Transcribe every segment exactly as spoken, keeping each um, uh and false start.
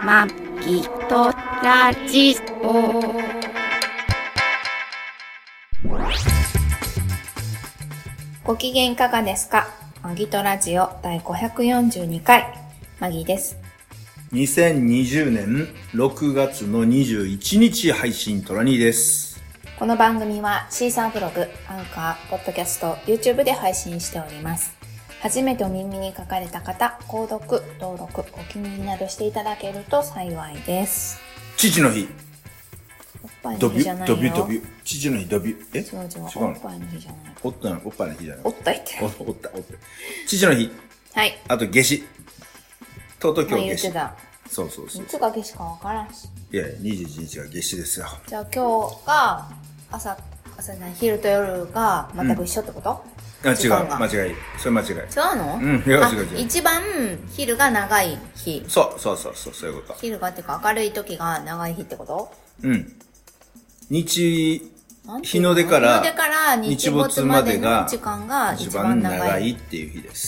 まきとラジオ。ご機嫌いかがですか？マギとラジオ第ごひゃくよんじゅうにかい、マギです。 にせんにじゅうねんろくがつのにじゅういちにち配信トラニーです。 この番組はシーサーブログ、アンカー、ポッドキャスト、YouTube で配信しております。初めてお耳に書かれた方、購読、登録、お気に入りなどしていただけると幸いです。 父の日。 おっぱいの日じゃないよ。 ドビュドビュ。父の日ドビュ。え？ 違う違う。おっぱいの日じゃない。 おったのおっぱいの日じゃない。 おったいって。 おったおった。父の日。 はい。 あと夏至。とうとう今日夏至。 まあ、 そうそうそう。 いつが夏至かわからんし。 いやいや、にじゅういちにちが夏至ですよ。 じゃあ今日が朝、朝じゃない、昼と夜が全く一緒ってこと？うんあ、違う。間違い。それ間違い。違うの？ うん、違う違う違う。 一番昼が長い日。 そうそうそうそう、そういうこと。 昼がってか明るい時が長い日ってこと？ うん。日、日の出から日没までが時間が一番長いっていう日です。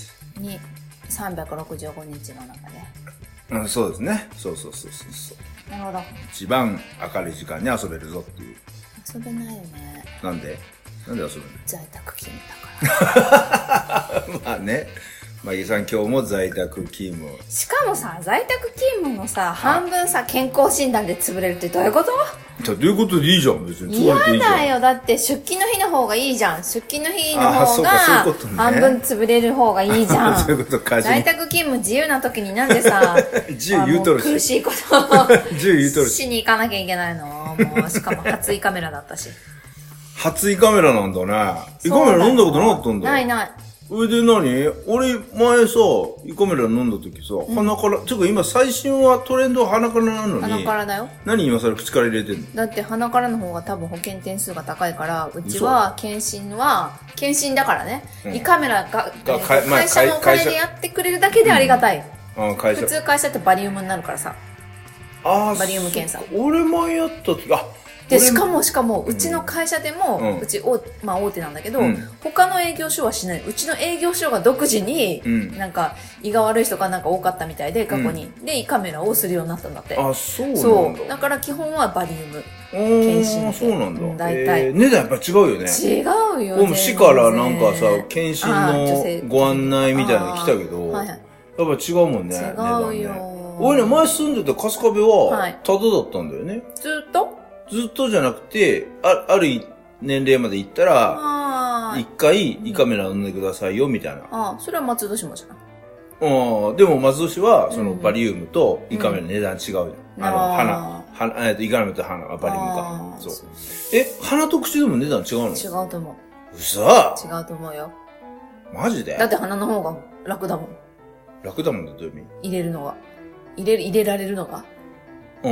に、さんびゃくろくじゅうごにちの中で。 うん、そうですね。そうそうそうそうそう。 なるほど。 一番明るい時間に遊べるぞっていう。 遊べないよね。 なんでなんで遊べるの？ 在宅勤務だから。 まあね。マギさん今日も在宅勤務。 しかもさ、在宅勤務のさ、半分さ、健康診断で潰れるってどういうこと？ どういうことでいいじゃん、別に。 嫌だよ。だって出勤の日の方がいいじゃん。出勤の日の方が半分潰れる方がいいじゃん。 そういうことか。 在宅勤務自由な時になんでさ、 自由言うとるし。 苦しいことを自由言うとるし。 しに行かなきゃいけないの。もうしかも初胃カメラだったし。 初胃カメラなんだね。胃カメラ飲んだことなかったんだ。 ないない。 それで何？俺、前さ、胃カメラ飲んだ時さ、うん、鼻から、ちょっと今最新はトレンドは鼻からなのに。 鼻からだよ。 何今それ口から入れてんの？ だって鼻からの方が多分保険点数が高いから、うちは検診は、検診だからね、うん、胃カメラが、が会社のお金でやってくれるだけでありがたい。うん、会社普通会社ってバリウムになるからさ。 あバリウム検査。 俺前やった時、あで、しかもしかも、うちの会社でも、うん、うち、おまあ大手なんだけど、うん、他の営業所はしない。うちの営業所が独自に、うん、なんか、胃が悪い人がなんか多かったみたいで、過去に。うん、で、胃カメラをするようになったんだって。 あ、そうなんだ。 そう。だから基本はバリウム。検診。 そうなんだ。 うん、大体、 えー。値段やっぱ違うよね。 違うよ。 もう市からなんかさ、検診のご案内みたいなの来たけど、はいはい、やっぱ違うもんね。 違うよ。 ね、俺ね、前住んでた春日部は、タダだったんだよね。 ずっとずっとじゃなくて、あ、ある年齢まで行ったら、一回胃カメラ飲んでくださいよ、みたいな。 ああ、それは松戸市もじゃない。 うん、でも松戸市は、そのバリウムと胃カメラの値段違うじゃん。うん、あの、鼻、鼻、えっと、胃カメラと鼻、バリウムか。そう。え、鼻と口でも値段違うの？ 違うと思う。 嘘？ 違うと思うよ。 マジで？ だって鼻の方が楽だもん。 楽だもんね、どういう意味？ 入れるのが。入れる、入れられるのが。 うん、うん、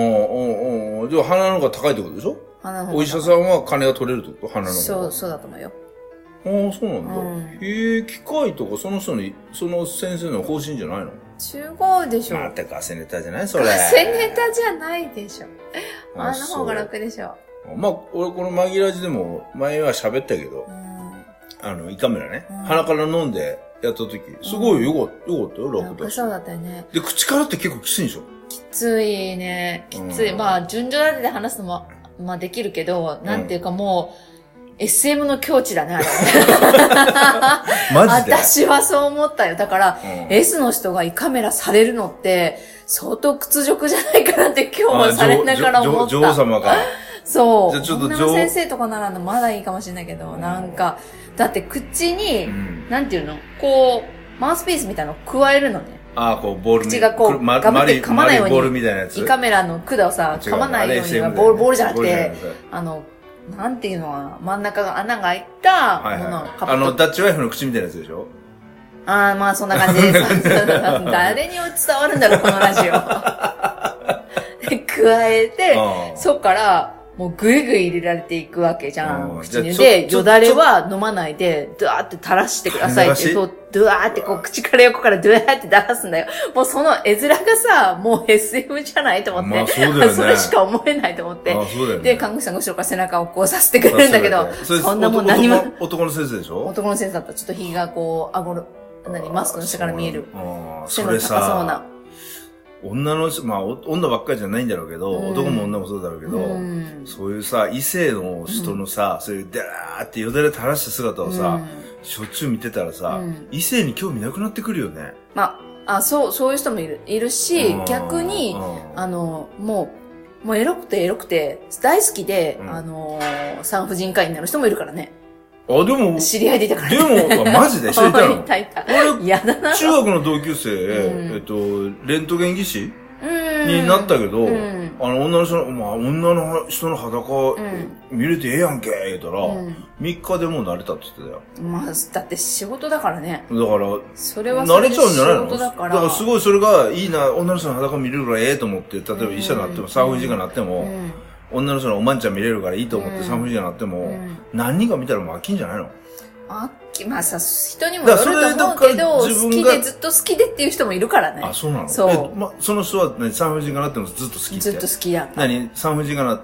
うん。でも鼻の方が高いってことでしょ？鼻の方が。お医者さんは金が取れるってこと？鼻の方が。 そう、そうだと思うよ。 ああ、そうなんだ。うん、へえ、機械とかその人に、その先生の方針じゃないの？ 違うでしょ。 またガセネタじゃないそれ。 ガセネタじゃないでしょ。あの方が楽でしょ。 まあ、俺この紛らわじでも前は喋ったけど、うん、あの、胃カメラね、うん、鼻から飲んでやった時、すごいよかった、よかったよ、楽だし。 そうだったよね。 で、口からって結構きついんでしょ？ きついね。きつい。うん、まあ、順序立てで話すのも、まあできるけど、なんていうかもう、エスエム の境地だね、あれ。 マジで？ 私はそう思ったよ。だから、うん、S の人が胃カメラされるのって、相当屈辱じゃないかなって今日はされながら思った。 女王様が。 そう。じゃあちょっと女王先生とかならまだいいかもしれないけど、うん、なんか、だって口に、うん、なんていうのこう、マウスピースみたいなのを加えるのね。 ああ、こう、ボール口がこう、 ま、 ガブって噛まないように。 ボールみたいなやつ。 胃カメラの管をさ、噛まないように、ボール、ボールじゃなくて、あの、なんていうのは、真ん中が穴が開いたものを、はいはい、 あの、ダッチワイフの口みたいなやつでしょ？ ああ、まあそんな感じです。誰に伝わるんだろう、このラジオ。加えて、そっから、もうぐいぐい入れられていくわけじゃん。口に。で、よだれは飲まないで、ドワーって垂らしてくださいって、そう、ドワーってこう口から横からドワーって出すんだよ。もうその絵面がさ、もう エスエム じゃないと思って。 まあそうだよね。 それしか思えないと思って。 ああそうだよね。 で、看護師さんが後ろから背中をこうさせてくれるんだけど、そんなもん何も。 男の先生でしょ？ 男の先生だったらちょっと日がこう、顎の、何、マスクの下から見える。 ああ、 背の高そうな。 女の人、まあ女ばっかりじゃないんだろうけど、うん、男も女もそうだろうけど、うん、そういうさ、異性の人のさ、うん、そういうダーってよだれ垂らした姿をさ、うん、しょっちゅう見てたらさ、うん、異性に興味なくなってくるよね。 まあ、あ、そう、そういう人もいる、いるし、逆に、あの、もう、もうエロくてエロくて、大好きで、うん、あの、産婦人科医になる人もいるからね。 あ、でも、 知り合いでいたからね。でも、マジで一緒にいたのいたいた。 俺、 やだな。 中学の同級生、うん、えっと、レントゲン技師になったけど、うん、あの、女の人の、まあ、女の人の裸、見れてええやんけ、言うたら、うん、みっかでもう慣れたって言ってたよ。 まあ、だって仕事だからね。 だから、 それはそれで仕事だから。 だからすごいそれがいいな、女の人の裸見れるからええと思って、例えば医者になっても、産婦人科になっても、うん、女の人のおまんちゃん見れるからいいと思って産婦人科になっても、うん、何人か見たらもう飽きんじゃないの？ あき、まあさ、人にもよると思うけど、好きでずっと好きでっていう人もいるからね。 あ、そうなの？ そう。 え、ま、その人は何、産婦人科になってもずっと好きって？ ずっと好きや。 何、産婦人科になって、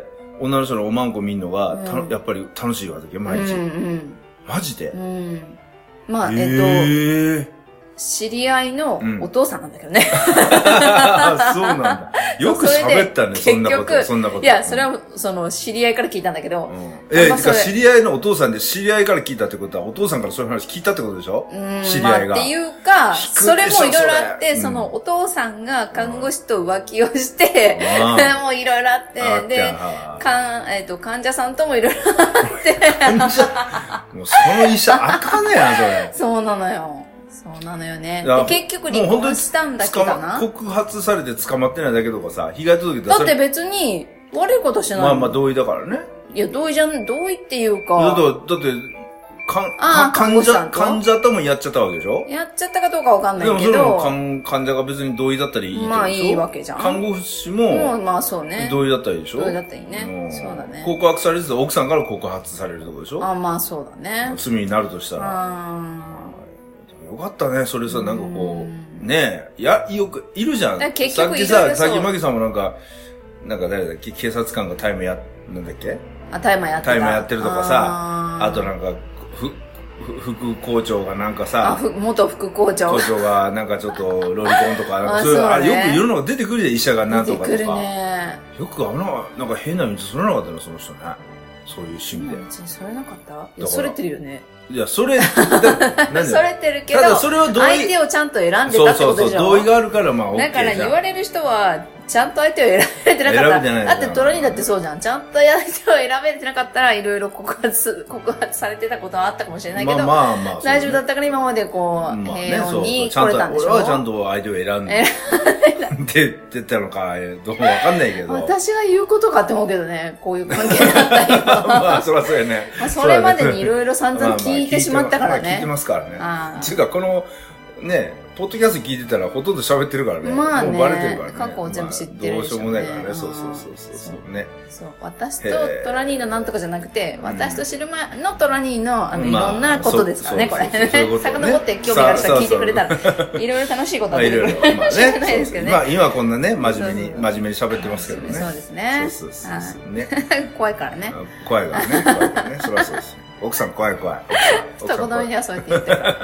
女の人のおまんこ見んのが、た、うん、やっぱり楽しいわけ、毎日。うんうん、マジで？うん。 まあ、えっと、えー知り合いのお父さんなんだけどね。 うん、そうなんだ。よく喋ったね、そんなこと。そんなこと。 いや、それは、その、知り合いから聞いたんだけど。 うん、え、まあ、知り合いのお父さんで、知り合いから聞いたってことは、お父さんからそういう話聞いたってことでしょ？うん。知り合いが。 まあ、っていうか、それもいろいろあって、そ, その、お父さんが看護師と浮気をして、うん、もういろいろあって、で、かん、えっと、患者さんともいろいろあって。 患者もうその医者あかんねやん、それ。 そうなのよ。そうなのよね。で、結局離婚したんだけどな。 告発されて捕まってないだけとかさ、被害届出されだって別に悪いことしてない。 まあまあ同意だからね。 いや、同意じゃん、同意っていうか。 だって、だって、かん、患者、患者ともやっちゃったわけでしょ？ やっちゃったかどうかわかんないけど。 でもその患者が別に同意だったらいいでしょ？ まあいいわけじゃん。 看護師も、もうまあそうね。 同意だったらいいでしょ？ 同意だったらいいね。そうだね。 告白されてた奥さんから告発されるとこでしょ？ あ、まあそうだね。 罪になるとしたら。よかったね、それさ、なんかこう、ねえ、や、よく、いるじゃん。 結局さっきさ、さっきマギさんもなんか、なんか誰だっけ、警察官がタイムや、なんだっけあ、タイムやってた。タイムやってるとかさ、あとなんか、ふ、ふ、副校長がなんかさ、 あ、ふ、元副校長。 校長がなんかちょっとロリコンとか、なんかそういう、あれよくいろんなのが出てくるで、医者がなんとかとか。 出てくるね。 よくあの、なんか変な道それなかったの、その人ね。そういう趣味で。 別にそれなかったいや、それてるよね。 いや、それ、 なんそれてるけど、ただそれは同意相手をちゃんと選んでたってことでしょ。そうそうそう、 同意があるからまあ OK じゃん。 だから言われる人は、ちゃんと相手を選べてなかったら、だってトラニーだってそうじゃん。ちゃんと相手を選べてなかったら、いろいろ告発、告発されてたことはあったかもしれないけど、まあまあまあ、大丈夫だったから今までこう、平穏に来れたんでしょ。 俺はちゃんと相手を選んで、って言ってたのか、どうもわかんないけど。 私が言うことかって思うけどね、こういう関係だったりは。 まあ、そりゃそうやね。 まあ、それまでにいろいろ散々聞いてしまったからね。 聞いてますからね。っていうか、この、ね、ポッドキャスト聞いてたらほとんど喋ってるからね。まあね。もうバレてるからね。 過去を全部知ってる、 ね。どうしようもないからね。そうそうそうそう。ね。 そう。私とトラニーのなんとかじゃなくて、私と知る前のトラニーの、あの、いろんなことですからね、これ。遡って興味がある人が聞いてくれたら、いろいろ楽しいことが出てくるかもしれないですけどね。 まあ今こんなね、真面目に、真面目に喋ってますけどね。 そうですね。 そうそうそう。ね。 怖いからね。 怖いからね。怖いからね。そりゃそうです。奥さん怖い怖い。 ちょっと子供にはそうやって言ってるから。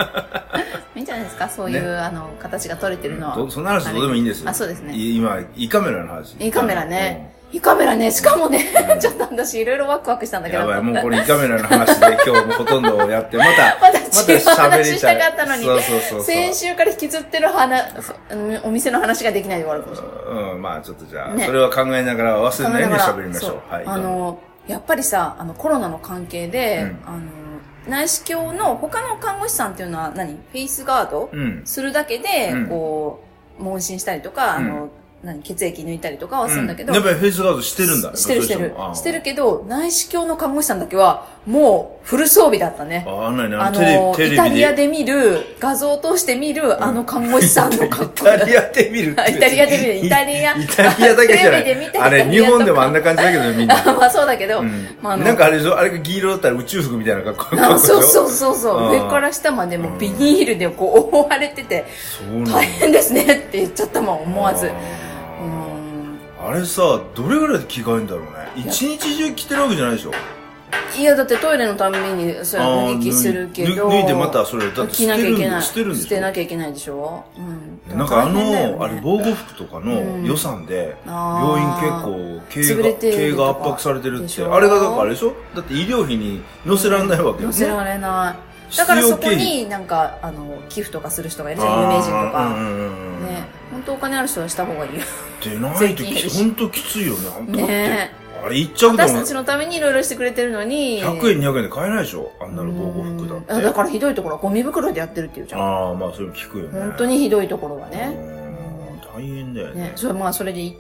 いいんじゃないですか、そういう、あの、形が取れてるのは。 そんな話どうでもいいんですよ。 あ、そうですね。 今、胃カメラの話。 胃カメラね。胃カメラね、しかもね、ちょっと私いろいろワクワクしたんだけど。 やばい、もうこれ胃カメラの話で今日もほとんどやって、また、 また違う話したかったのに、 そうそうそう。 先週から引きずってる話、お店の話ができないで終わるかもしれない。 うん、まあちょっとじゃあ、それは考えながら忘れないように喋りましょう。はい。 あの、やっぱりさ、あの、コロナの関係で、あの、内視鏡の他の看護師さんっていうのは何フェイスガード、うん、するだけで、こう、問診したりとか、うん、あの、何血液抜いたりとかはするんだけど、 うん、やっぱりフェイスガードしてるんだ。 してるしてる。してるけど、内視鏡の看護師さんだけは、もう、フル装備だったね。 あ、あんなにあの、イタリアで見る、画像を通して見る、あの看護師さんの格好。 イタリアで見るイタリアで見る。イタリア。 イタリアだけじゃない。あれ、日本でもあんな感じだけど、みんな。 まあそうだけど、 なんかあれでしょあれが銀色だったら宇宙服みたいな格好。 そうそうそうそう。上から下までもビニールでこう覆われてて、大変ですねって言っちゃったもん、思わず。 あれさ、どれぐらいで着替えるんだろうね。一日中着てるわけじゃないでしょ。 いや、だってトイレのために、それは脱ぎ着するけど。 脱いでまたそれ、だって着なきゃいけない。 捨てるんでしょ。 捨てなきゃいけないでしょ。 うん。なんかあの、ね、あれ防護服とかの予算で、病院結構経営が、経営が圧迫されてるって。あれがだからあれでしょ？だって医療費に乗せられないわけよね。 乗せられない。だからそこになんか、あの、寄付とかする人がいるじゃん、有名人とか。ね。本当お金ある人はした方がいいよ。 でないと本当きついよね、本当ね。 あれ一着でも私たちのためにいろいろしてくれてるのにひゃくえんにひゃくえんで買えないでしょ、あんなの防護服だって。 だからひどいところはゴミ袋でやってるっていうじゃん。 ああ、まあそれも聞くよね。 本当にひどいところはね。 大変だよね。 ね、それまあそれで行って、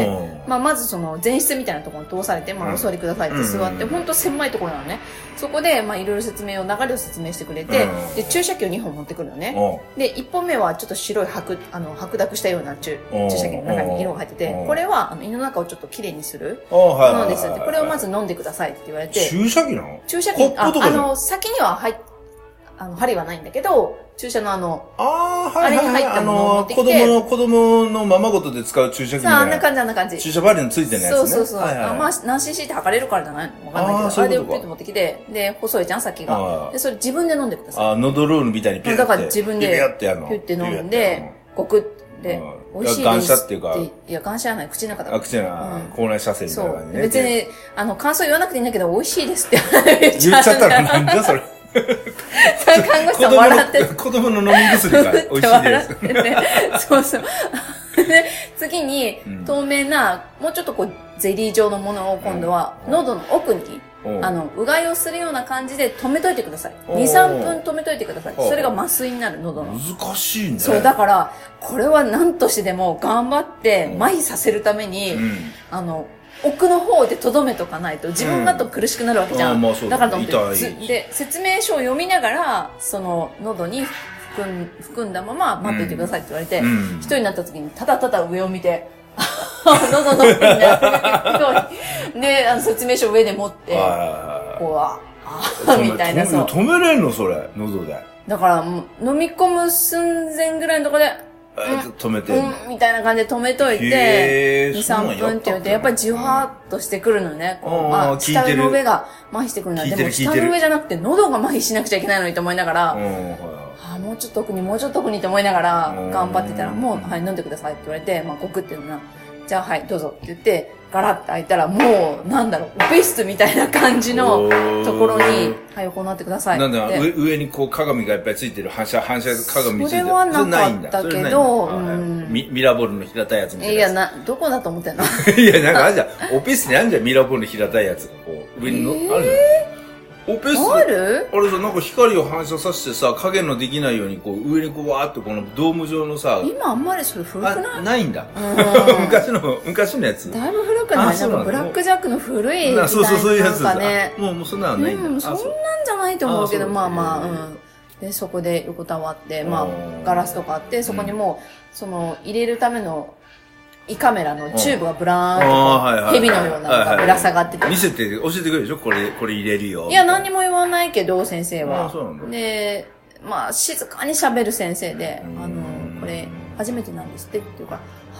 まあまずその前室みたいなところに通されて、まあお座りくださいって座って、本当狭いところなのね。そこでまあいろいろ説明を、流れを説明してくれて、で、注射器をにほん持ってくるのね。で、いっぽんめはちょっと白い白、あの、白濁したような注注射器の中に色が入ってて、これはあの胃の中をちょっときれいにするものですって、これをまず飲んでくださいって言われて。 注射器なの？ 注射器、あ、あの、先には入って、あの、針はないんだけど、注射のあの、 ああ、はいはい、はい、あれに入ったものを持ってきて、あの、子供の、子供のままごとで使う注射器みたいな。 あんな感じ、あんな感じ。 注射針についてるやつね。 そうそうそう。はいはい、あまあ、何 シーシー って測れるからじゃないのわかんないけど、あ, あれでピュッと持ってきて、で、細いじゃん、先が。で、それ自分で飲んでください。 ああ、ノドロールみたいにピュッて。 だから自分で、 ピュッてやるの。 ピュッて飲んで、ごくって、美味しいです。 感謝っていうか。 いや、感謝はない、口の中だ。 あ、口の中、口内射精みたいな感じね。 別に、あの、感想言わなくていいんだけど、美味しいですって言っちゃったらなんだそれ。 看護師さん笑って子供の飲み薬が美味しいです。 ね、そうそう。で、次に、透明な、もうちょっとこう、ゼリー状のものを今度は、喉の奥に、あの、うがいをするような感じで止めといてください。に、さんぷん止めといてください。それが麻酔になる、喉の。 難しいね。 そう、だから、これは何としてでも頑張って麻痺させるために、あの、奥の方で留めとかないと自分だと苦しくなるわけじゃん。うん、あだからと思ってで説明書を読みながらその喉に含ん含んだまま待っていてくださいって言われて、うん、一人になった時にただただ上を見て喉の上になってであの説明書を上で持ってこうああみたいなそう止めれんのそれ喉でだから飲み込む寸前ぐらいのところで止めて、 うん、みたいな感じで止めといて、に、さんぷんって言うと、やっぱりじわーっとしてくるのね。こうまあ、下の上が麻痺してくるんだ。でも下の上じゃなくて喉が麻痺しなくちゃいけないのにと思いながら、あもうちょっと奥にもうちょっと奥にと思いながら、頑張ってたら、もう、はい、飲んでくださいって言われて、まあ、ごくっていうのな。じゃあ、はい、どうぞって言って、ガラッて開いたら、もう、なんだろう、オペ室みたいな感じのところに、はい、横になってください。 なんだ、上、上にこう鏡がいっぱいついてる反射、反射鏡ついてる。 それはなかったけど、うん、 ミ, ミラボールの平たいやつみたいな。 いや、な、どこだと思ってんのいや、なんかあるじゃん。オペ室にあるじゃん、ミラボールの平たいやつが。こう、上にの、えー、あるじゃん。オペ室あるあれさ、なんか光を反射させてさ、影のできないように、こう、上にこう、わーってこのドーム状のさ。 今あんまりそれ古くない？ ないんだ。昔の、昔のやつ。 だいぶ古くない？なんかブラックジャックの古いみたいな。 そうそう、そういうやつだね。 もう、もうそんなのないんだ。 うん、そんなんじゃないと思うけど、まあまあ、うん。で、そこで横たわって、まあ、ガラスとかあって、そこにもう、その、入れるための、胃カメラのチューブがブラーンと蛇のようなのがぶら下がってて。 見せて、教えてくれるでしょこれ、これ入れるよ。 いや、何にも言わないけど、先生は。 あ、そうなんだ。 で、まあ、静かに喋る先生で、あの、これ、初めてなんですってって言うから、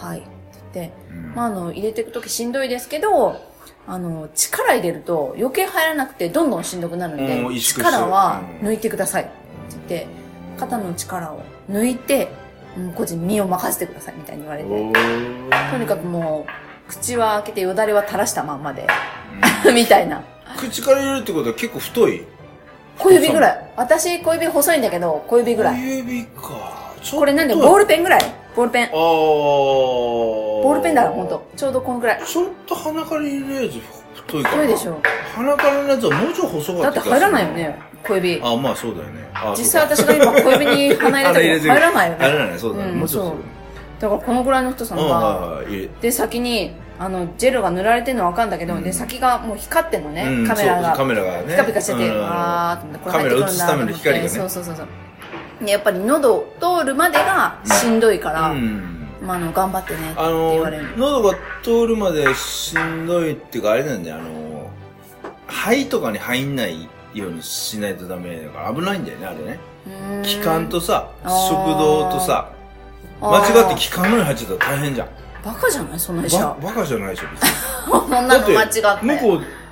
はい、って言って、まあ、あの、入れていくときしんどいですけど、あの、力入れると余計入らなくてどんどんしんどくなるので、力は抜いてくださいって言って、肩の力を抜いて、もう個人身を任せてくださいみたいに言われて。とにかくもう、口は開けてよだれは垂らしたまんまで、みたいな。 口から入れるってことは結構太い？ 小指ぐらい。私小指細いんだけど、小指ぐらい。 小指か。 これなんでボールペンぐらいボールペン。あー。 ボールペンだからほんと。ちょうどこんぐらい。 ちょっと鼻から入れるやつ太いから。 太いでしょ。 鼻からのやつはもうちょい細かった。 だって入らないよね、小指。 あ、まあそうだよね。 実際私が今小指に鼻入れたけど入らないよね。 入らない、そうだね。もうちょっと。 だからこのぐらいの太さのが、で、先に、あの、ジェルが塗られてるのはわかるんだけど、で、先がもう光ってんのね、カメラが。 カメラがね。 ピカピカしてて、わーって、 カメラ映すための光がね。 そうそうそうそう。で、やっぱり喉を通るまでがしんどいから、まあ、あの、頑張ってねって言われる。 喉が通るまでしんどいっていうか、あれなんだよ、あの、肺とかに入んないようにしないとダメだから危ないんだよね、あれね。気管とさ、食道とさ、間違って気管のに入っちゃったら大変じゃん。 バカじゃないそんな医者。 バカじゃないでしょ、別に。 そんなの間違って。 向こう、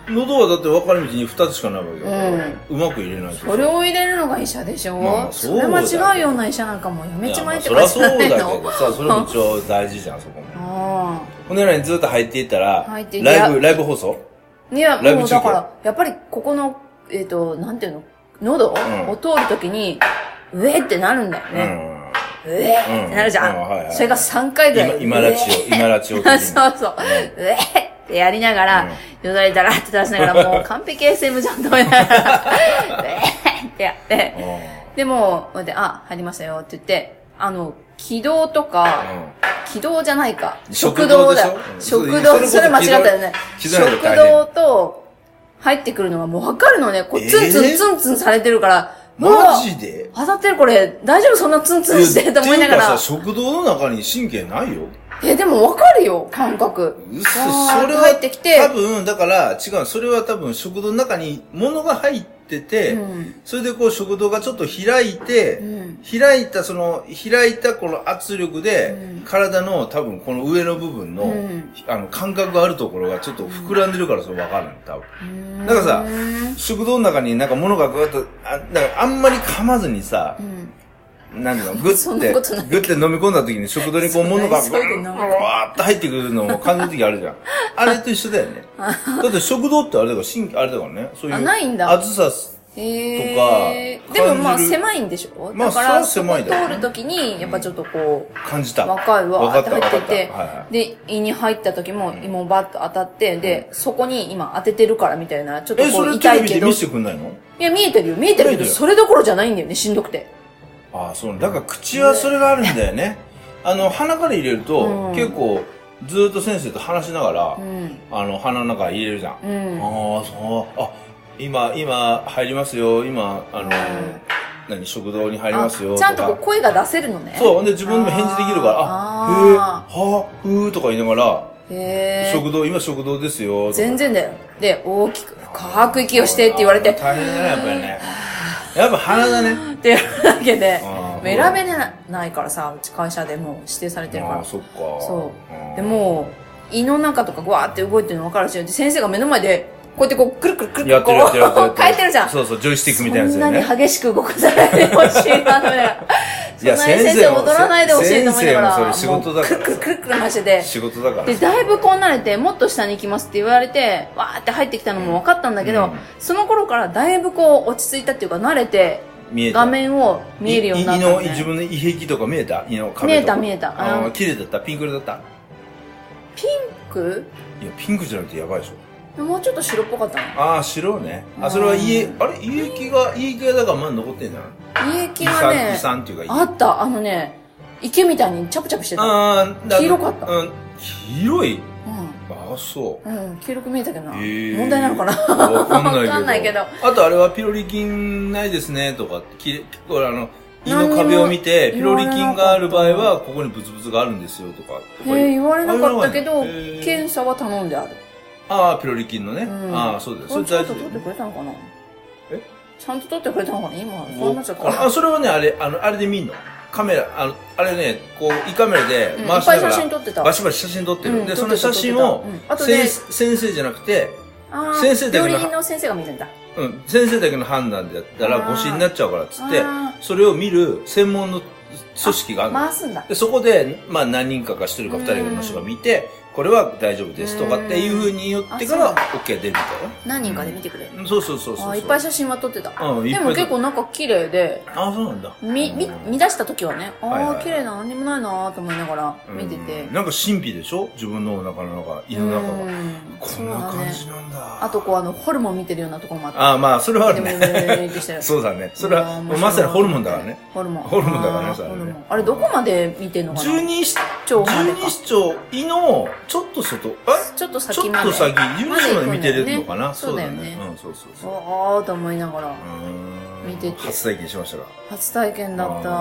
喉はだって分かれ道にふたつしかないわけだから、うん、うまく入れないと。 それを入れるのが医者でしょ、まあ、それ間違うような医者なんかもうやめちまえって感じじゃないの。そりゃそうだけどさ、それも一応大事じゃん、そこも。ほんで何ずっと入っていったら、ライブ、ライブ放送いや、もうだから、やっぱりここの、えっと、なんていうの、喉を通るときに、うえってなるんだよね。うえってなるじゃん。それがさんかいぐらい。 今ラチオ、今ラチオ。 そうそう。うえってやりながら、よだれだらって出しながら、もう完璧 エスエム じゃんと思いながら、うえってやって、でも、で、あ、入りましたよって言って、あの、気道とか、気道じゃないか。食道だ。食道、それ間違ったよね。食道と、入ってくるのがもうわかるのね。こう、ツンツンツンツンされてるから、 マジで当たってるこれ、大丈夫そんなツンツンしてと思いながら。 さ、食道の中に神経ないよ。 え、でもわかるよ、感覚。 うっそ、それは入ってきて。多分、だから、違う、それは多分食道の中に物が入ってて、うん、それでこう食道がちょっと開いて、うん、開いたその、開いたこの圧力で、うん、体の多分この上の部分の、うん、あの、感覚があるところがちょっと膨らんでるからそれわかるの、多分。だからさ、食道の中になんか物がぐっと、あ、だからあんまり噛まずにさ、うんなんだろう、グッて、グッて飲み込んだ時に食道にこう物がわーって入ってくるのを感じる時あるじゃん。あれと一緒だよね。だって食道ってあれだから、神経あれだからね。そういう。あ、ないんだ。厚さとか。 でもまあ狭いんでしょだから、そこ通る時に、やっぱちょっとこう。 感じた。 わかるわ。って入ってて。で、胃に入った時も胃もバッと当たって、で、そこに今当ててるからみたいな、ちょっとこう痛いけど。え、それテレビで見せてくんないの？いや、見えてるよ。見えてるけど、それどころじゃないんだよね、しんどくて。 ああ、そう。だから口はそれがあるんだよね。あの、鼻から入れると、うん、結構、ずーっと先生と話しながら、うん、あの、鼻の中入れるじゃん。うん、ああ、そう。あ、今、今、入りますよ。今、あの、うん、何、食堂に入りますよ。 ちゃんとこう声が出せるのね。 そう。で、自分でも返事できるから、あ、へえ、はぁ、ふーとか言いながら、へ食堂、今食堂ですよ。 全然だよ。で、大きく、深く息をしてって言われて。 大変だね、やっぱりね。やっぱ鼻だね。 ってやるだけで、選べないからさ、うち会社でもう指定されてるから。ああ、 そっか。 そう。でも、胃の中とかグワーって動いてるの分かるし、先生が目の前で、こうやってこう、くるくるくるくるこう、変えてるじゃん。 そうそう、ジョイスティックみたいなやつだよね。そんなに激しく動かさないでほしいな、ね。いや、先生踊らないでほしいと思いながら。 先生もそれ仕事だから。 くるくるくるくる回してて。 仕事だから。 で、だいぶこう慣れて、もっと下に行きますって言われて、わーって入ってきたのも分かったんだけど、その頃からだいぶこう、落ち着いたっていうか慣れて、画面を見えるようになった、ね。 胃の、自分の胃壁とか見えた胃の壁とか。 見えた見えた。 ああ、綺麗だったピンク色だったピンクいや、ピンクじゃなくてやばいでしょ。 もうちょっと白っぽかったの。 ああ、白ね。あ、それは家、あれ胃液が、胃液がだからまだ残ってんじゃない胃液がね、 胃酸っていうかあった。あのね、池みたいにチャプチャプしてた。ああ、黄色かった。 うん。黄色いああ、そう。 うん、黄色く見えたけどな。えー、問題なのかなわかんないけど。 わかんないけど。 あとあれはピロリ菌ないですね、とかって、きこれあの、胃の壁を見て、ピロリ菌がある場合は、ここにブツブツがあるんですよ、とか。 えー、言われなかったけど、検査は頼んである。 ああ、ピロリ菌のね。うん、ああ、そうです。 それちゃんと取ってくれたのかなえちゃんと取ってくれたのかな今、そうなっちゃった。 あ、それはね、あれ、あの、あれで見んのカメラ、あの、あれね、こう、胃カメラで回しながら、うん、いっぱい写真撮ってた。 バシバシ写真撮ってる。うん、で、その写真を、うん、先生じゃなくて、 先生だけの。病理の先生が見てんだ。 うん、先生だけの判断でやったら、誤診になっちゃうからっつって、それを見る専門の組織があるの。 回すんだ。 で、そこで、まあ何人かか一人か二人の人が見て、これは大丈夫ですとかっていうふうに言ってから OK 出るみたいな。 何人かで見てくれる、 うん、そうそうそうそう。 あ、いっぱい写真は撮ってた。うん、でも結構なんか綺麗で。 あ、そうなんだ。 み、み、見出した時はね、ああ、はいはい、綺麗な、何にもないなと思いながら見てて。 なんか神秘でしょ自分のお腹の中、胃の中が。こんな感じなんだ。だね、 あとこうあの、ホルモン見てるようなところもあって。 ああ、まあ、それはあるね。そうだね。それは、まさにホルモンだからね。 ホルモン。 ホルモンだからね、それね。 あれどこまで見てんのかな十二指腸。十二指腸、胃の、ちょっと外、 ちょっと先まで。 ちょっと先、じゅうにちまで見てるのかな、 そうだよね。 うん、そうそうそう。 ああと思いながら見てて。 初体験しましたか初体験だった。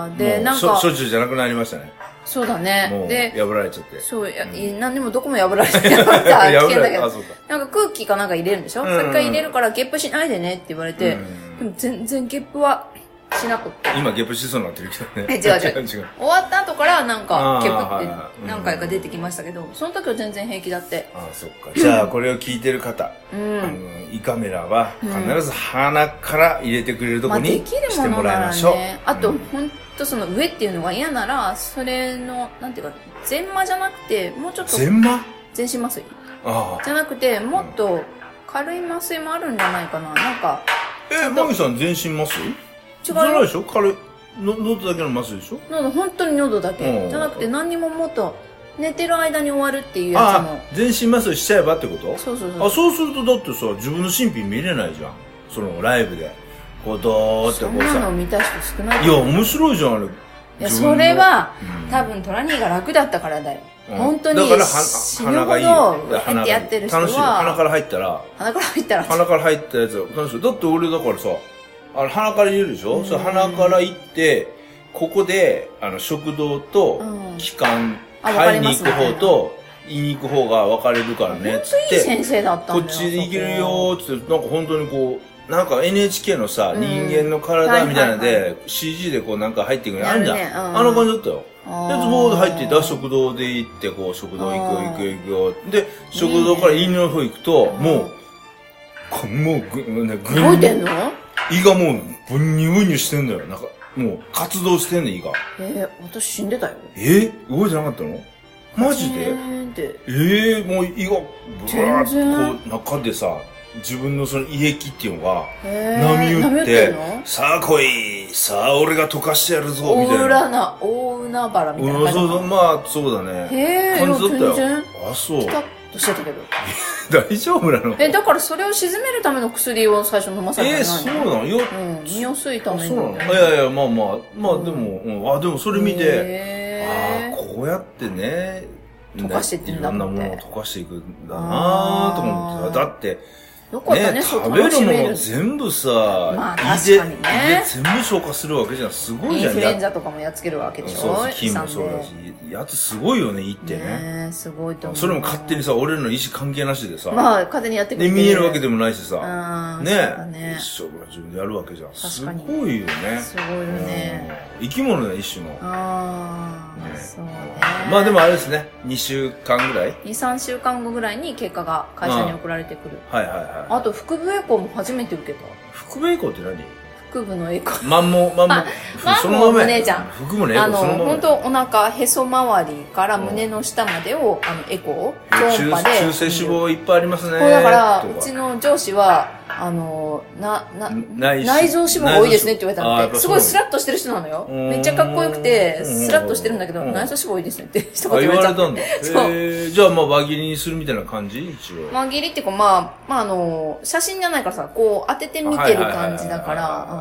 で、なんか。 しょっちゅうじゃなくなりましたね。 そうだね。 で、破られちゃって。 そう、何にもどこも破られてた。危険だけど。なんか空気かなんか入れるんでしょそれから入れるからゲップしないでねって言われて、でも全然ゲップはしなくって。 今ゲップしそうになってるけどね。 え、違う違う。違う終わった後からなんか、ゲップって何回か出てきましたけど、その時は全然平気だって。 ああ、そっか。じゃあ、これを聞いてる方、うん、あの、胃カメラは必ず鼻から入れてくれるところにしてもらいましょう。まあ、できるものならね。 あと、ほんとその上っていうのが嫌なら、それの、なんていうか、全麻じゃなくて、もうちょっと。 全麻全身麻酔ああ。じゃなくて、もっと軽い麻酔もあるんじゃないかな。なんか。 え、マギさん全身麻酔違う。じゃないでしょ軽い。の、喉だけの麻酔でしょ喉、本当に喉だけ。じゃなくて何にももっと、寝てる間に終わるっていうやつも。ああ、 全身麻酔しちゃえばってこと？ そうそうそう。 あ、そうするとだってさ、自分の神秘見れないじゃん。そのライブで。こう、どーってこうさ。 そんなの見た人少ない。 いや、面白いじゃん、あれ。 いや、それは、うん、多分トラニーが楽だったからだよ。うん、本当に。 だから鼻がいいよ。 鼻ってやってる人は。 楽しい。鼻から入ったら。 鼻から入ったら。 鼻から入ったやつ楽しい。だって俺だからさ、あの鼻から入れるでしょ、うん、それ鼻から行って、ここで、あの、食道と気管、肺に行く方と、胃に行く方が分かれるからね、つって。 いい先生だったんだよ。 こっちで行けるよーつって、なんか本当にこう、なんか エヌエイチケー のさ、うん、人間の体みたいなので、シージー でこうなんか入っていくのあるじゃん。ねうん、あんな感じだったよ。で、ズボーで入っていったら食道で行って、こう、食道行く行く行くよ。で、食道から胃の方行くと、もう、もう、ぐ、ね、 ぐ動いてんの？ 胃がもう、ブニュブニュしてんだよ。なんか、もう、活動してんの、胃が。 えー、私死んでたよ。 えー、動いてなかったの？マジで？ええー、もう胃が、ブワーッと、こう、中でさ、自分のその胃液っていうのが、波打って、さあ来い、さあ俺が溶かしてやるぞ、みたいな。 大浦な、大海原みたいな感じ。 そうそう、まあ、そうだね。 へぇー、感じだったよ。 あ、そう。 ピタッとしてたけど。 大丈夫なの？ え、だからそれを沈めるための薬を最初飲まされたんじゃないの？ えー、そうなのよ。 うん、見やすいために。 そうなの？いやいや、まあまあ、まあでも、うん、あ、でもそれ見て、ああ、こうやってね、 溶かしていってんだって。 いろんなものを溶かしていくんだなぁと思って。だって、 よかったね、 ね、食べるもの全部さ、 まあ確かにね。 で全部消化するわけじゃん。すごいじゃん。 インフルエンザとかもやっつけるわけでしょ。 そうそう、菌もそうだし。やつすごいよね、胃ってね。 ねすごいと思う。 それも勝手にさ、俺らの意思関係なしでさ。 まあ、勝手にやってくれて。で、見えるわけでもないしさ。 ねね。一生自分でやるわけじゃん。すごいよね。 すごいよね。 生き物だ、一種の。 ああ、そうね。 まあでもあれですね、にしゅうかんぐらい ? に、さんしゅうかんごぐらいに結果が会社に送られてくる。 はいはいはい。 あと、腹部エコーも初めて受けた。 腹部エコーって何？ 腹部のエコー。 マンモ、マンモ。 そのまま胸じゃん。 腹部のエコー。 あの、本当お腹、へそ周りから胸の下までを、あの、エコー、超音波で。 中性脂肪いっぱいありますね。 そうだから、うちの上司は、あの、な、な、内臓脂肪が多いですねって言われたので、すごいスラッとしてる人なのよ。めっちゃかっこよくて、スラッとしてるんだけど、内臓脂肪多いですねって一言言われちゃった。 言われたんだ。そう。じゃあまあ輪切りにするみたいな感じ一応。 輪切りっていうかまあ、まああの、写真じゃないからさ、こう当てて見てる感じだから、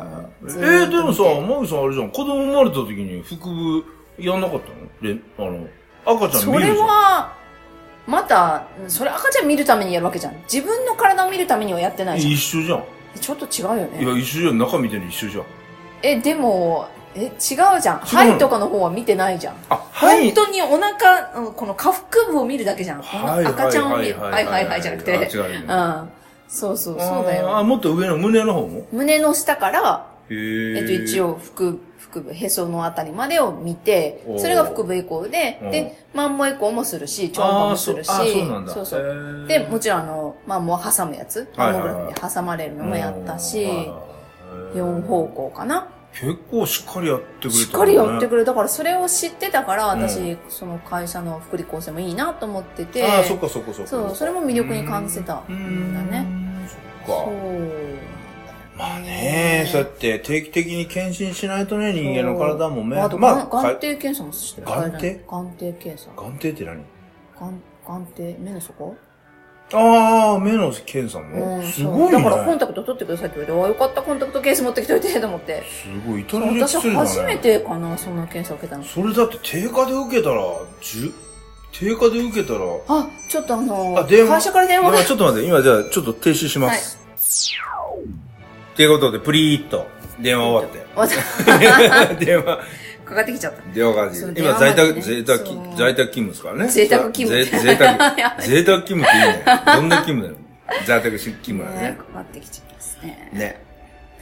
えー、でもさ、マギさんあれじゃん、子供生まれた時に腹部やんなかったの？で、あの、赤ちゃん見るじゃん。 それは、また、それ赤ちゃん見るためにやるわけじゃん。自分の体を見るためにはやってないじゃん。 一緒じゃん。 ちょっと違うよね。 いや、一緒じゃん。中見てる一緒じゃん。 え、でも、え、違うじゃん。肺とかの方は見てないじゃん。 あ、肺本当にお腹、この下腹部を見るだけじゃん。赤ちゃんを見る。はいはいはいじゃなくて。 違うね。 うん。そうそう、そうだよ。 あ、もっと上の胸の方も？ 胸の下から、 へー。 えっと、一応、腹、腹部、へそのあたりまでを見て、それが腹部エコーで、で、マンモエコーもするし、超音波もするし、そうそう。で、もちろんあの、マンモを挟むやつ、マンモグラフィーで挟まれるのもやったし、よん方向かな。 結構しっかりやってくれた、ね。 しっかりやってくれた。だからそれを知ってたから、私、うん、その会社の福利厚生もいいなと思ってて。 ああ、そっかそっかそっか。 そう、それも魅力に感じてたんだね。 そっか。そう。まあね、そうやって定期的に検診しないとね、人間の体もね。 あと、まあ、眼底検査もしてる。 眼底眼底検査。 眼底って何？ 眼、眼底、目の底？ ああ、目の検査も、うん、すごいね。 だからコンタクト取ってくださいって言われて、あ、よかった、コンタクトケース持ってきといて、と思って。 すごい、至られてるんだね。 私初めてかな、そんな検査受けたの。 それだって定価で受けたら、じゅ、定価で受けたら。 あ、ちょっとあのー、 あ、電話。 会社から電話が。 ちょっと待って、今じゃあちょっと停止します。はい。ということで、プリーっと、電話終わって。終わった。電話。 かかってきちゃった。 電話かかってきた。今、在宅、在宅、在宅勤務ですからね。 贅沢勤務。 贅沢、贅沢勤務っていいね。どんな勤務だよ。在宅勤務なんでね。 かかってきちゃいますね。 ね。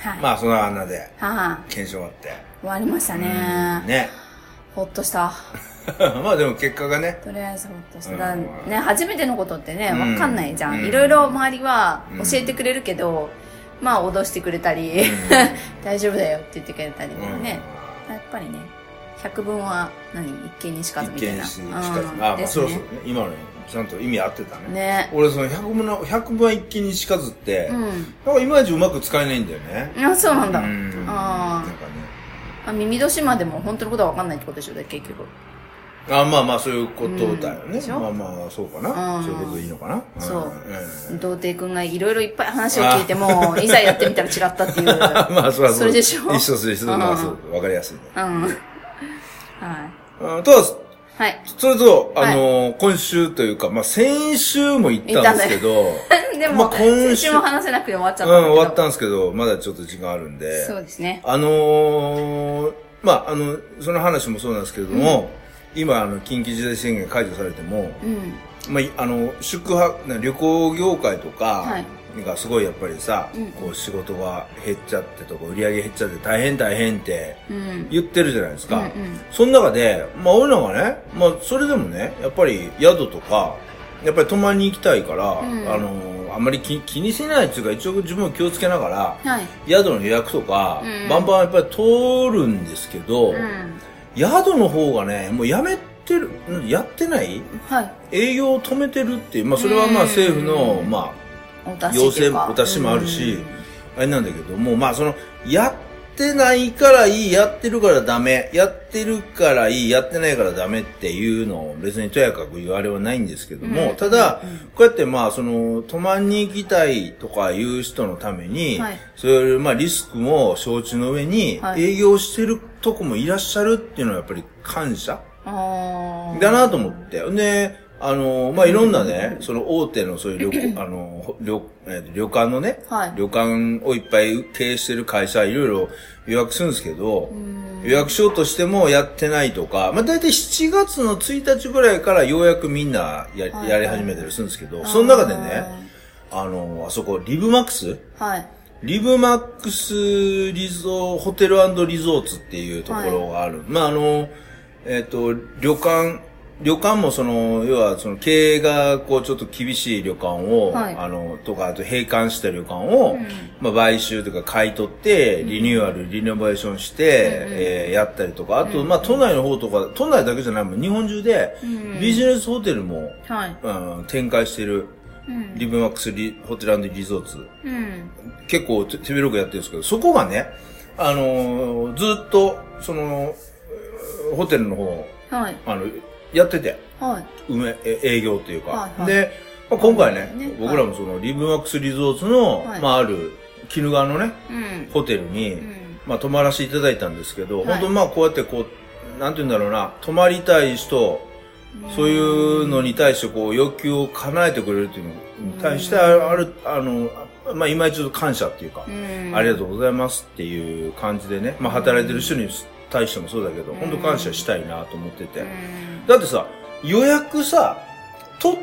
はい。 まあ、その穴で、 は検証終わって。 終わりましたね。 ね。 ほっとした。 まあでも結果がね。 とりあえずほっとした。ね、初めてのことってね、わかんないじゃん。いろいろ周りは教えてくれるけど、まあ脅してくれたり、大丈夫だよって言ってくれたりね。やっぱりね、百聞は何一見にしかずみたいな。 一見にしかず。あ、まあそうそうね。今のちゃんと意味合ってたね。 ね。 俺その百聞の、百聞は一見にしかずって、なんかいまいちうまく使えないんだよね。 あ、そうなんだ。ああ。なんかね。あ、耳年までも本当のことは分かんないってことでしょ、結局。 あ、まあまあそういうことだよね。うん、まあまあそうかな。そういうことでいいのかな。 そう。うん、童貞くんがいろいろいっぱい話を聞いても、いざやってみたら違ったっていう。まあそうそれでしょ。 一緒する人がそう、わかりやすい、ね。うん。はい。 あとは、はい。それと、あの、今週というか、まあ先週も行ったんですけど、 でも、今週も話せなくて終わっちゃったうん、終わったんですけど、まだちょっと時間あるんで。 そうですね。 あの、まあ、あの、その話もそうなんですけれども、今、あの、緊急事態宣言解除されても、うん、まあ、あの、宿泊、旅行業界とか、がすごいやっぱりさ、うん、こう仕事が減っちゃってとか、売り上げ減っちゃって大変大変って言ってるじゃないですか。うんうん、その中で、まあ、俺らがね、まあ、それでもね、やっぱり宿とか、やっぱり泊まりに行きたいから、うん、あの、あんまり気気にせないっていうか、一応自分も気をつけながら、はい、宿の予約とか、うん、バンバンやっぱり通るんですけど、うん、宿の方がね、もうやめてる、やってない、はい、営業を止めてるっていう、まあそれはまあ政府の、まあ、要請、お達しもあるし、あれなんだけども、まあその、やってないからいい、やってるからダメ、やってるからいい、やってないからダメっていうのを別にとやかく言われはないんですけども、ただ、こうやってまあその、泊まりに行きたいとかいう人のために、はい、そういうまあリスクも承知の上に、営業してるとこもいらっしゃるっていうのはやっぱり感謝だなと思って。で、あの、まあ、いろんなね、その大手のそういう旅、あの、旅、えー、旅館のね、はい、旅館をいっぱい経営してる会社いろいろ予約するんですけど、予約しようとしてもやってないとか、まあ、だいたいしちがつのついたちぐらいからようやくみんなや、やり始めたりするんですけど、はい、その中でね、あの、あそこ、リブマックスはい。リブマックスリゾ、ホテル&リゾーツっていうところがある。はい、まあ、あの、えっと、旅館、旅館もその、要はその経営がこうちょっと厳しい旅館を、はい、あの、とか、あと閉館した旅館を、うん、まあ買収とか買い取って、リニューアル、うん、リノベーションして、うん、えー、やったりとか、あと、まあ都内の方とか、都内だけじゃないもん、日本中で、ビジネスホテルも、はい、うん、展開してる、うん、リブマックスリホテル&リゾーツ、うん、結構手広くやってるんですけど、そこがね、あのー、ずっと、その、ホテルの方、はい、あの、やってて、はい、梅、営業っていうか。はいはい、で、まあ、今回ね、ね僕らもその、リブマックスリゾーツの、はい、まあ、ある、鬼怒川のね、うん、ホテルに、うん、まあ、泊まらせていただいたんですけど、はい、本当まあ、こうやってこう、なんて言うんだろうな、泊まりたい人、そういうのに対してこう、欲求を叶えてくれるっていうのに対して、ある、あの、まあ、今一度感謝っていうか、ありがとうございますっていう感じでね、まあ、働いてる人に対してもそうだけど、本当感謝したいなと思ってて。だってさ、予約さ、取って、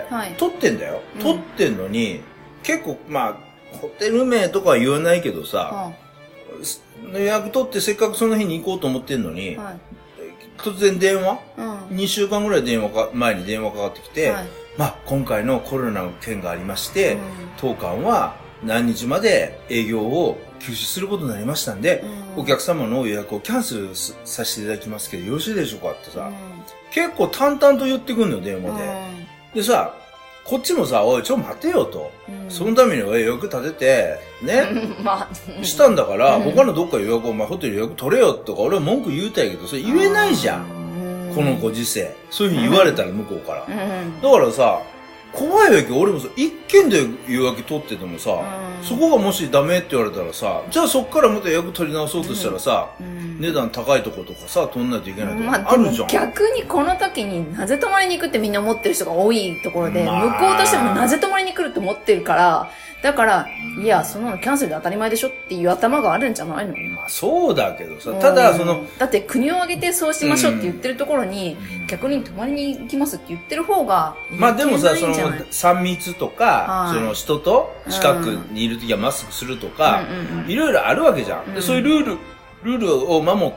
はい、取ってんだよ。取ってんのに、うん、結構、まあ、ホテル名とかは言わないけどさ、うん、予約取ってせっかくその日に行こうと思ってんのに、はい、突然電話、うん、にしゅうかんぐらい電話か、前に電話かかってきて、はい、まあ、今回のコロナの件がありまして、うん、当館は何日まで営業を休止することになりましたんで、うん、お客様の予約をキャンセルさせていただきますけど、よろしいでしょうかってさ、うん、結構淡々と言ってくんのよ、電話で。うん、でさ、こっちもさ、おい、ちょ、待てよと。うん、そのために予約立てて、ね、まあ、したんだから、うん、他のどっか予約を、まあ、ホテル予約取れよとか、俺は文句言うたんやけど、それ言えないじゃん。うん、このご時世。そういうふうに言われたら、向こうから。うん、だからさ、怖いわけ俺もさ、一件で予約取っててもさ、うん、そこがもしダメって言われたらさ、じゃあそっからまた予約取り直そうとしたらさ、うん、値段高いとことかさ、取んないといけないとかあるじゃん。まあ、 逆にこの時になぜ泊まりに行くってみんな思ってる人が多いところで、まあ、向こうとしてもなぜ泊まりに来ると思ってるから、だから、いや、そんなのキャンセルで当たり前でしょっていう頭があるんじゃないの？ まあそうだけどさ、ただその、 だって国を挙げてそうしましょうって言ってるところに、うん、逆に泊まりに行きますって言ってる方が、 まあでもさ、その、 じゃない。 さん密とか、はい、その人と近くにいるときはマスクするとか、いろいろあるわけじゃん。で、そういうルール、ルールを守って、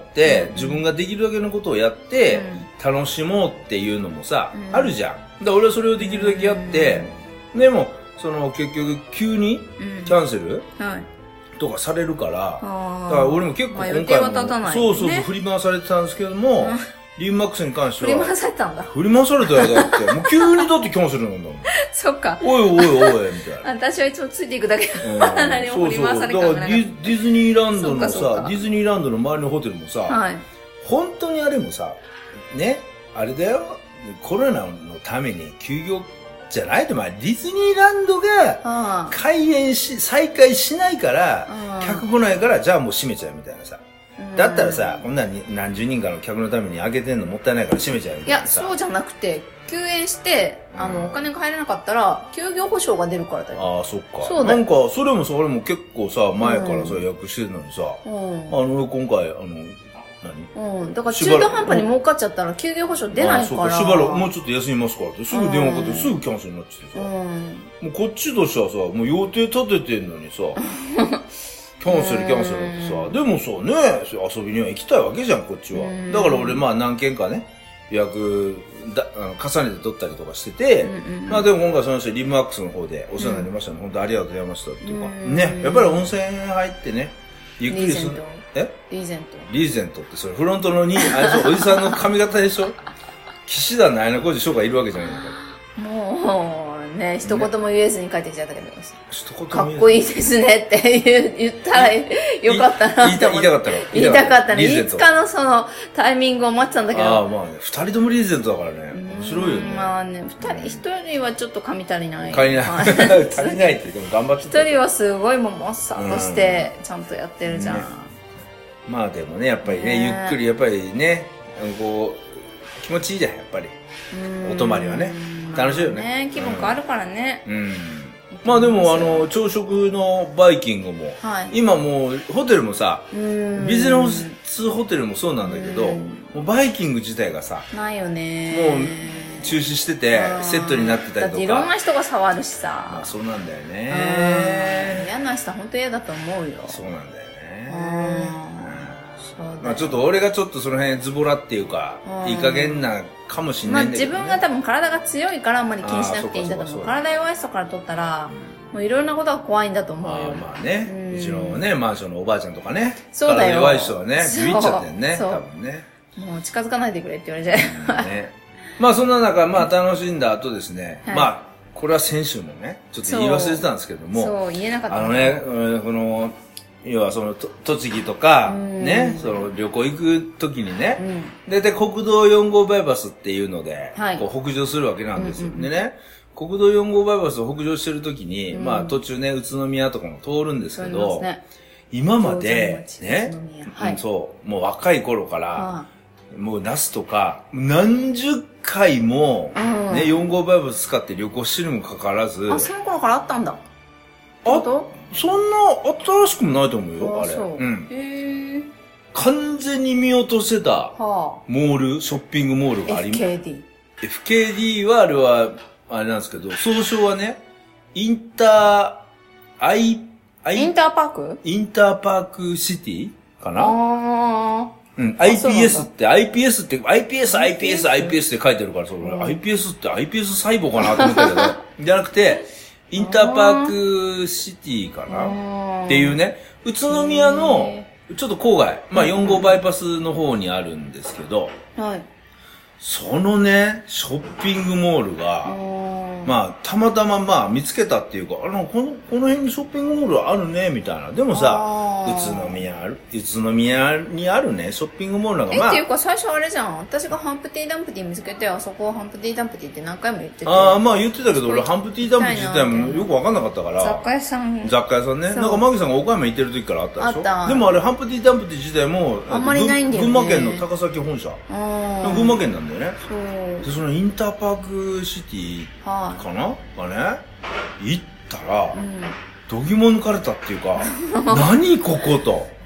自分ができるだけのことをやって、楽しもうっていうのもさ、あるじゃん。で、俺はそれをできるだけやって、でも、その結局急にキャンセル、はいとかされるから、だから俺も結構今回も、まあ、そうそうそう、振り回されてたんですけども、リンマックスに関しては。 振り回されたんだ。 振り回されたよ、だって。もう急にだってキャンセルなんだもん。 そっか。 おいおいおい、みたいな。 私はいつもついていくだけだから、何も振り回されたんだ。 だからディズニーランドのさ、ディズニーランドの周りのホテルもさ、はい、本当にあれもさ、ね、あれだよ、コロナのために休業じゃないと、まあ、ディズニーランドが開園し、再開しないから、客来ないから、じゃあもう閉めちゃうみたいなさ。だったらさ、こんなに何十人かの客のために開けてんのもったいないから閉めちゃうみたいなさ。 いや、そうじゃなくて、休園して、あの、お金が入らなかったら、休業保証が出るからだよ。 ああ、そっか。そうだよ。なんか、それもさ、俺も結構さ、前からさ、予約してるのにさ、あの、今回、あの、 何うん。だから中途半端に儲かっちゃったら休業保証出ないから。 ああ、そうか。しばらくもうちょっと休みますからって、すぐ電話かけてすぐキャンセルになっちゃってさ。うん。もうこっちとしてはさ、もう予定立ててんのにさ、キャンセルキャンセルってさ、でもさ、ね、遊びには行きたいわけじゃん、こっちは。だから俺まあ何件かね、予約だあの重ねて取ったりとかしてて、まあでも今回その人リムワックスの方でお世話になりましたので、本当ありがとうございましたっていうか、ね、やっぱり温泉入ってね、ゆっくりする。えリーゼント。 リーゼントってそれフロントのに、あれそう、おじさんの髪型でしょ騎士団の綾小路翔がいるわけじゃないのか。 もうね、一言も言えずに帰ってきちゃったけど、 一言もかっこいいですねって言言ったらよかったなって思って。 言いたかったの言いたかったね。いつかのそのタイミングを待ってたんだけど。 ああ、まあね。二人ともリーゼントだからね。面白いよね。 まあね、二人、一人はちょっと髪足りない。 足りない。足りないってでも頑張ってた。一人はすごいもうもっさっとして、ちゃんとやってるじゃん。 まあでもね、やっぱりね、ゆっくりやっぱりね、こう、気持ちいいじゃん、やっぱり。お泊まりはね。楽しいよね。 ね、気分変わるからね。 うん。まあでもあの、朝食のバイキングも、今もう、ホテルもさ、ビジネスホテルもそうなんだけど、もうバイキング自体がさ、 ないよね。 もう、中止してて、セットになってたりとか。だっていろんな人が触るしさ。 まあそうなんだよね。 嫌な人は本当嫌だと思うよ。 そうなんだよね。まあちょっと俺がちょっとその辺ズボラっていうか、いい加減なかもしれないんだけど、ね。まあ自分が多分体が強いからあんまり気にしなくていいんだと思う。体弱い人から取ったら、もういろんなことが怖いんだと思うよ。 あまあね、うちのね、マンションのおばあちゃんとかね。そうだよ。体弱い人はね、ビビっちゃってんね。多分ね。 もう近づかないでくれって言われちゃう。 ね。まあそんな中、まあ楽しんだ後ですね。まあ、これは先週もね、ちょっと言い忘れてたんですけども。 そう、言えなかった。 あのね、この、要はその栃木とかね、その旅行行く時にね、だいたい国道よん号バイパスっていうので、こう北上するわけなんですよ。でね、国道よん号バイパスを北上してる時に、まあ途中ね、宇都宮とかも通るんですけど、今までね、そう、もう若い頃から、もうナスとか、何十回も、ね、よん号バイパス使って旅行してるにもかかわらず、 あ、その頃からあったんだ。 あとそんな新しくもないと思うよ、あれ。うん。へー。完全に見落としてた、モール、ショッピングモールがあります。 エフケーディー。 エフケーディー はあれは、あれなんですけど、総称はね、インター、アイ、アイ、 インターパークインターパークシティかなあうん、アイピーエス って、アイピーエス って、アイピーエス、アイピーエス、アイピーエス って書いてるから、それ、アイピーエス って アイピーエス 細胞かなと思ったけど、じゃなくて、インターパークシティかなっていうね、宇都宮の、ちょっと郊外、まあよん号バイパスの方にあるんですけど、はい。そのね、ショッピングモールが、まあ、たまたままあ見つけたっていうか、あの、この、この辺にショッピングモールあるね、みたいな。でもさ、宇都宮ある、宇都宮にあるね、ショッピングモールなんかまあ。 え、っていうか最初あれじゃん。私がハンプティ・ダンプティ見つけて、あそこはハンプティ・ダンプティって何回も言ってて。 ああ、まあ言ってたけど、俺ハンプティ・ダンプティ自体もよくわかんなかったから。 雑貨屋さん。 雑貨屋さんね。なんかマギさんが岡山行ってる時からあったでしょ。あった。でもあれハンプティ・ダンプティ自体も、 あんまりないんだよね。 群馬県の高崎本社。群馬県なんだよね。そう。で、そのインターパークシティかながね、行ったら、どぎも抜かれたっていうか、何ここと。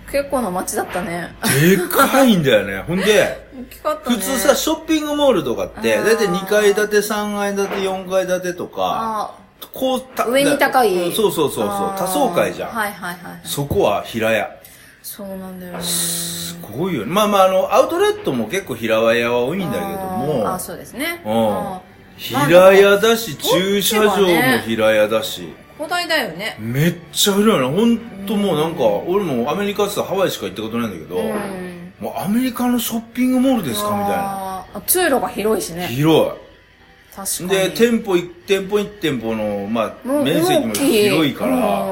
結構な街だったね。 でかいんだよね。ほんで、 大きかったね。 普通さ、ショッピングモールとかって、だいたいにかい建て、さんがい建て、よんかい建てとか、こう、た上に高い。 そうそうそうそう、多層階じゃん。 はいはいはい。 そこは平屋。 そうなんだよね。 すごいよね。まあまあ、あの、アウトレットも結構平屋は多いんだけども。 あ、そうですね。 うん。平屋だし、駐車場も平屋だし。 広大だよね。 めっちゃ広いな。ほんともうなんか、俺もアメリカってハワイしか行ったことないんだけど、もうアメリカのショッピングモールですかみたいな。 通路が広いしね。 広い。 確かに。 で、店舗一店舗一店舗の、まあ、面積も広いから、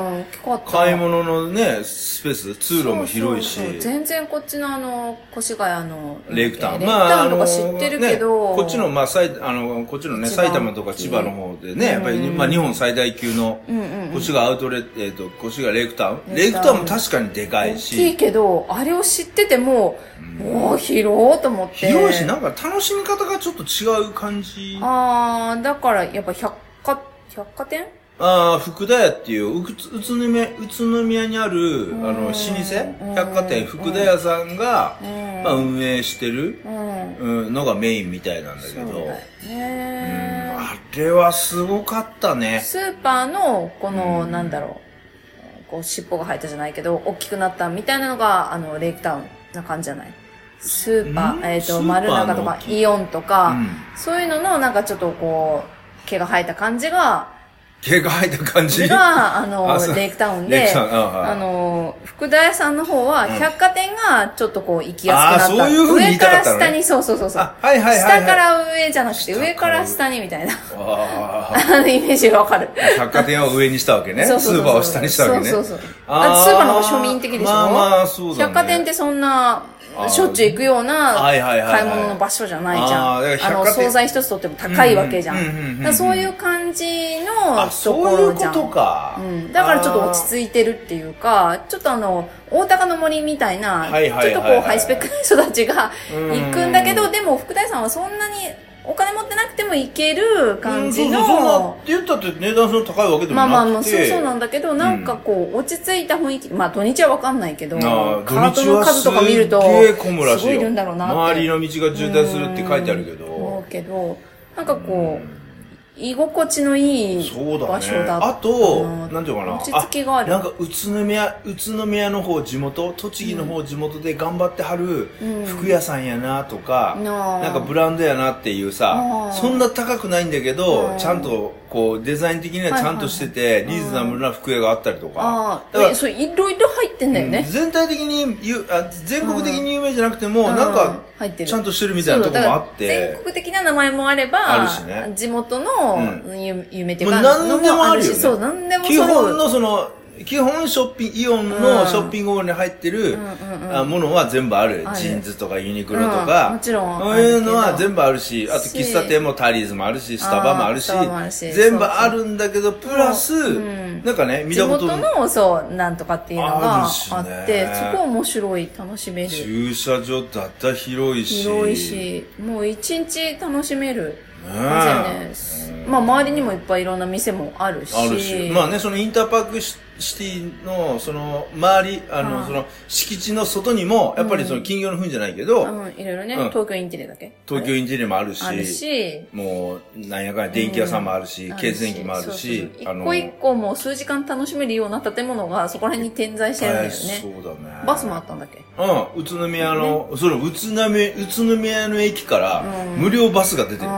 買い物のね、スペース、通路も広いし。そうそうそう、 全然こっちのあの、越谷の、 レイクタウン。 レイクタウンとか知ってるけど、 ね、こっちの、まあ、さい、あの、こっちのね、埼玉とか千葉の方でね、やっぱり、まあ、日本最大級の、こっちがアウトレット、えっと、こっちがレイクタウン。レイクタウンも確かにでかいし。 大きいけど、あれを知ってても、おー、広いと思って。 広いし、なんか楽しみ方がちょっと違う感じ。 あー、だから、やっぱ百貨、百貨店ああ、福田屋っていう、うつ、宇都宮、宇都宮にある、あの、老舗百貨店、福田屋さんが、まあ、運営してる、うん、のがメインみたいなんだけど、そうだよね、うん、あれはすごかったね。 スーパーの、この、うん、なんだろう、こう、尻尾が生えたじゃないけど、大きくなったみたいなのが、あの、レイクタウンな感じじゃない？スーパー、えっ、ー、と、丸中とか、イオンとか、うん、そういうのの、なんかちょっとこう、毛が生えた感じが、 毛が生えた感じが、あの、レイクタウンで、あの、福田屋さんの方は、百貨店がちょっとこう、行きやすくなった。 うん、あ、そういう風に言いたかったのね。 上から下に、そうそうそうそう。 はいはいはい、はい。 下から上じゃなくて、上から下にみたいな。ああのイメージがわかる。 百貨店を上にしたわけね。そうそうそうそう、スーパーを下にしたわけね。そうそうそう。 あスーパーの方が庶民的でしょ。 まあまあ、そうだね。 百貨店ってそんな、しょっちゅう行くような買い物の場所じゃないじゃん。あの、惣菜一つとっても高いわけじゃん。そういう感じのところじゃん。 そういうことか。 うん。だからちょっと落ち着いてるっていうか、ちょっとあの、大高の森みたいな、ちょっとこうハイスペックな人たちが行くんだけど、でも福田屋さんはそんなにお金持ってなくても行ける感じの。 うん、そうそう、そんなって言ったって値段そんな高いわけでもなくて。まあまあまあ、 そうそうなんだけど、なんかこう、落ち着いた雰囲気、まあ土日はわかんないけど、カートの数とか見ると、すごいいるんだろうなって。 周りの道が渋滞するって書いてあるけど。 思うけど、なんかこう、居心地のいい場所だった。 あと、なんていうかな。 落ち着きがある。 なんか宇都宮、宇都宮の方地元、栃木の方地元で頑張ってはる服屋さんやなとか、なんかブランドやなっていうさ、そんな高くないんだけど、ちゃんとこうデザイン的にはちゃんとしてて、リーズナブルな服屋があったりとか。 だから、それいろいろ入ってんだよね。 全体的に、全国的に有名じゃなくても、なんか、ちゃんとしてるみたいなところもあって。 全国的な名前もあれば、 あるしね。 地元の有名っていうか、 何でもあるし、 そう、何でも基本のその、基本ショッピング、イオンのショッピングモールに入ってるものは全部ある。ジーンズとかユニクロとか。 もちろん。 そういうのは全部あるし、あと喫茶店もタリーズもあるし、スタバもあるし、全部あるんだけど、プラス、なんかね、 見たこと地元の、そう、なんとかっていうのがあって、そこ面白い、楽しめる。 駐車場だったら広いし。 広いし、もう一日楽しめる。ね、まあ周りにもいっぱいいろんな店もあるし。 あるし。まあね、そのインターパークシティの、その、周り、あの、その、敷地の外にも、やっぱりその、金魚の糞じゃないけど、 うん、いろいろね、東京インテリだけ東京インテリもあるし、 あるし、 もう、なんやかんや電気屋さんもあるし、軽電気もあるし、 一個一個もう数時間楽しめるような建物がそこら辺に点在してるんだよね。 そうだね。 バスもあったんだっけ？ うん、宇都宮の、その、宇都宮、宇都宮の駅から、無料バスが出てるから。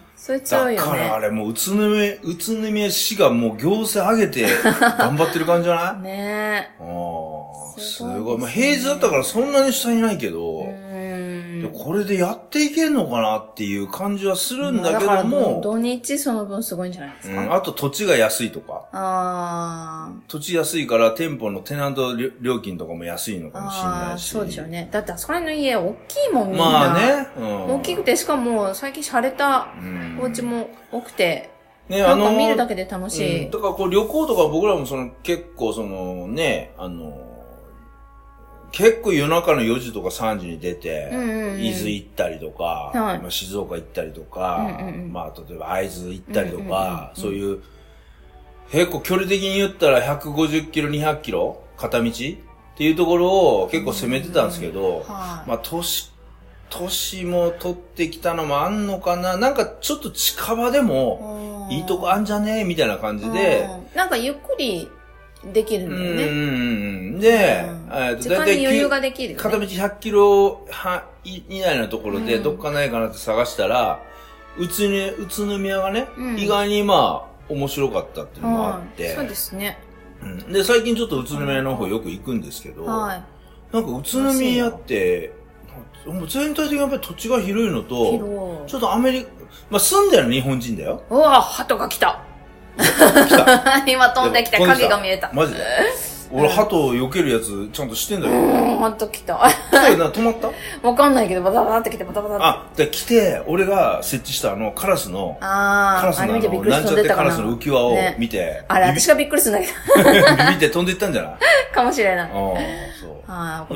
それ強いよね。 だからあれもう宇都宮、宇都宮市がもう行政上げて頑張ってる感じじゃないねえ。 ああ、すごい。まあ平日だったからそんなに下いないけど、でこれでやっていけんのかなっていう感じはするんだけども。 土日その分すごいんじゃないですか。 うん、あと土地が安いとか。 ああ。 土地安いから店舗のテナント料金とかも安いのかもしれないし。 そうでしょうね。だってあそこら辺の家大きいもんみんな。 まあね。うん、 大きくてしかも最近洒落たお家も多くて。ね、あのー、なんか見るだけで楽しい。 うん、だからこう旅行とか僕らもその結構そのね、あのー、結構夜中のよじとかさんじに出て、うんうんうん、伊豆行ったりとか、はい、まあ、静岡行ったりとか、うんうんうん、まあ例えば会津行ったりとか、うんうんうん、そういう、結構距離的に言ったらひゃくごじゅっキロ、にひゃくキロ片道っていうところを結構攻めてたんですけど、はい、まあ、年、年も取ってきたのもあんのかな。なんかちょっと近場でもいいとこあんじゃねえみたいな感じで。 なんかゆっくりできるんだよね。 うん。で、 うん、えっと、時間に余裕ができるよね。 片道ひゃくキロ以内のところでどっかないかなって探したら、宇都宮、宇都宮がね、うん、意外にまあ面白かったっていうのもあって。 そうですね。 うん。で、最近ちょっと宇都宮の方よく行くんですけど、はい、なんか宇都宮って、もう全体的にやっぱり土地が広いのと、ちょっとアメリカ、まあ住んでる日本人だよ。 うわ、鳩が来た。 来た。 今飛んできた、影が見えた。 マジで俺、鳩を避けるやつ、ちゃんとしてんだよ。 うん、鳩来た。 来たよな、止まったわかんないけど、バタバタって来て、バタバタって。 あ、で、来て、俺が設置したあの、カラスの、 あカラスのあの、なんちゃってカラスの浮き輪を見て。 あれ、私がびっくりするんだけど。見て飛んでいったんじゃないかもしれない。 そう。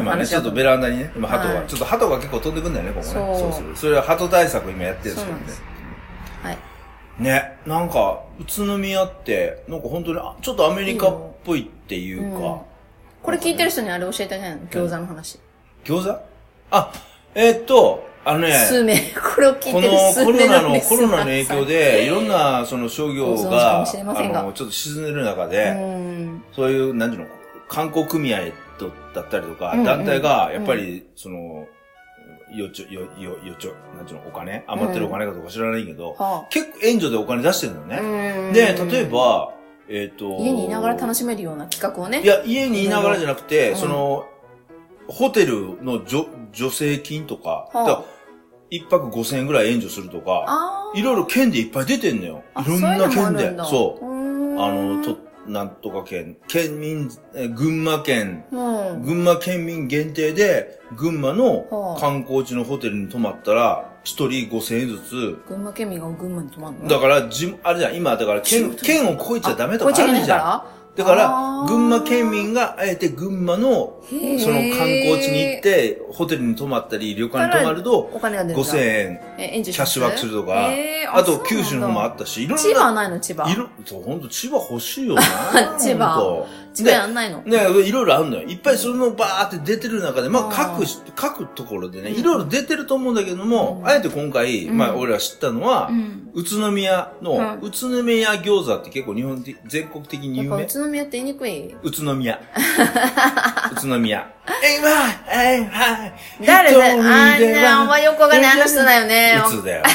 今ね、ちょっとベランダにね、今鳩が、ちょっと鳩が結構飛んでくんだよね、ここね。そうそう。それは鳩対策今やってるんですけどね。はい。ね、なんか、宇都宮って、なんか本当に、ちょっとアメリカっぽいっていうか。 これ聞いてる人にあれ教えてあげないの？餃子の話。 餃子？あ、えー、っと、あのね。 数名。これを聞いてる数名。 このコロナの、コロナの影響で、いろんな、その商業が、あの、ちょっと沈んでる中で、そういう、なんていうの、観光組合だったりとか、団体が、やっぱり、その、よちょ、よ、よ、よちょ、なんていうの、お金余ってるお金かとか知らないけど、結構援助でお金出してるのね。で、例えば、えっと、 家にいながら楽しめるような企画をね。 いや、家にいながらじゃなくて、その、ホテルの助成金とか、一泊五千円ぐらい援助するとか、いろいろ県でいっぱい出てんのよ。いろんな県で。そう。あの、と、なんとか県、県民、群馬県、群馬県民限定で、群馬の観光地のホテルに泊まったら、一人五千円ずつ。 群馬県民が群馬に泊まるの？ だから、じ、あれじゃん、今、だから県、県を越えちゃダメとかあるじゃん。だから、群馬県民があえて群馬の、その観光地に行って、ホテルに泊まったり、旅館に泊まると、ごせんえん、キャッシュバックするとか、あと九州の方もあったし、いろんな。 千葉はないの千葉。 いろ、そう、ほんと千葉欲しいよな。 千葉。千葉やんないのね、いろいろあるのよ。いっぱいそのバーって出てる中で、まあ、各、各ところでね、いろいろ出てると思うんだけども、あえて今回、まあ、俺ら知ったのは、宇都宮の、宇都宮餃子って結構日本的、全国的に有名。 宇都宮って言いにくい？ 宇都宮。宇都宮。えいわいえいわい誰だよあんな、お前横がね、あの人だよね。 うつだよ。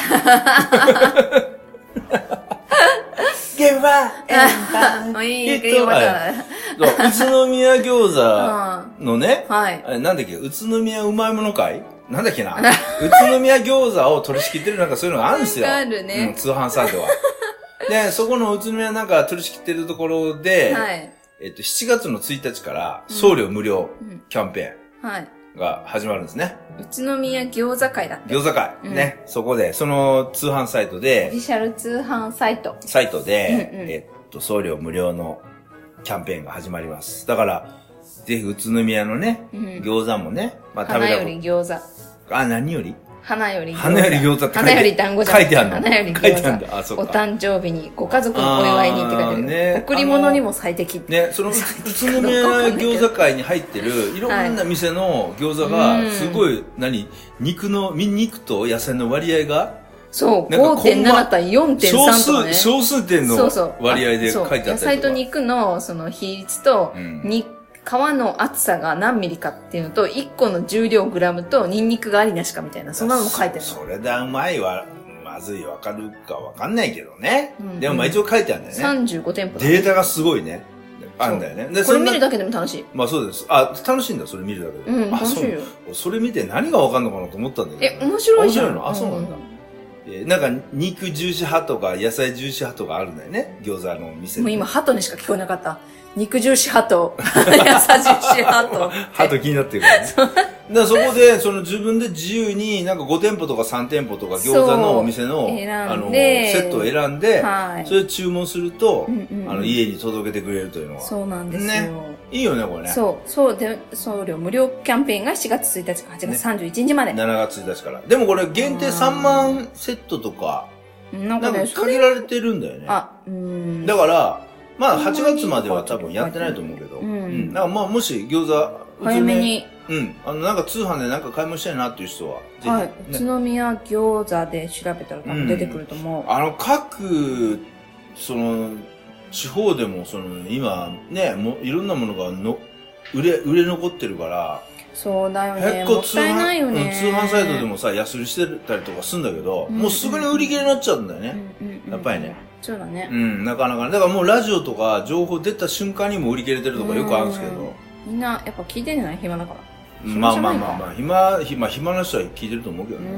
ゲバーいい、いい、 宇都宮餃子のね、はい。なんだっけ、宇都宮うまいもの会なんだっけな。宇都宮餃子を取り仕切ってるなんかそういうのがあるんですよ。 あるね。 うん、通販サイトは。で、そこの宇都宮なんか取り仕切ってるところで、はい。えっと、しちがつのついたちから送料無料キャンペーン。はい。が始まるんですね。 宇都宮餃子会だって。 餃子会。うん、ね。そこで、その通販サイトで。 オフィシャル通販サイト。 サイトで、うんうん、えっと、送料無料のキャンペーンが始まります。だから、ぜひ宇都宮のね、うん、餃子もね、 まあ食べた。花より餃子。 あ、何より花より餃子。 花より餃子って花より団子じゃん。 書いてあるの。 花より餃子。 書いてあるんだ。あ、そうか。 お誕生日に、ご家族のお祝いにって書いてある。ね、贈り物にも最適。 ね、その宇都宮餃子会に入ってるいろんな店の餃子が、すごい、何肉の、肉と野菜の割合が、 そう、ごてんなな 対 よんてんさん とかね。 少数点の割合で書いてあったりとか。 野菜と肉のその比率と、肉、皮の厚さが何ミリかっていうのと、いっこの重量グラムとニンニクがありなしかみたいな、そんなのも書いてある。 それでうまいは、まずいわかるかわかんないけどね。うんうん、でもまあ一応書いてあるんだよね。 さんじゅうごてんぽ、 ね。データがすごいね。あるんだよね。 で、これ見るだけでも楽しい。 まあそうです。あ、楽しいんだ、それ見るだけで。 うん、楽しいよ。 それ見て何がわかんのかなと思ったんだけど、 ね。え、面白いじゃん。 面白いの？あ、そうなんだ。うん、えー、なんか肉重視派とか野菜重視派とかあるんだよね。餃子の店で。 もう今、ハトにしか聞こえなかった。肉重視派と、野菜重視派と。 ハト気になってるからね。だからそこで、その自分で自由になんかごてんぽとかさんてんぽとか餃子のお店の、あの、セットを選んで、はい、それ注文すると、うんうん、あの、家に届けてくれるというのは。 そうなんですよ。 ね。いいよね、これね。 そう。そうで、送料無料キャンペーンがしちがつついたちからはちがつさんじゅういちにちまで。 ね、しちがつついたちから。でもこれ限定さんまんセットとか、 なんかね、 限られてるんだよね。 あ、うん。 だから、まあはちがつまでは多分やってないと思うけど、うん。うん、だからまあもし餃子早めに。 うん。あの、なんか通販でなんか買い物したいなっていう人は。 はい。ね、宇都宮餃子で調べたら多分出てくると思う。 うん、あの、各、その、地方でも、その、今、ね、もいろんなものがの、売れ、売れ残ってるから、 そうだよね。もったいないよね。 通販サイトでもさ、安売りしてたりとかするんだけど、うんうん、もうすぐに売り切れになっちゃうんだよね。うんうんうん、やっぱりね。 そうだね。 うん、なかなかね。だからもうラジオとか情報出た瞬間にも売り切れてるとかよくあるんですけど。 みんなやっぱ聞いてんじゃない？暇だから。 まあまあまあまあ、暇、暇、暇な人は聞いてると思うけどね。うん。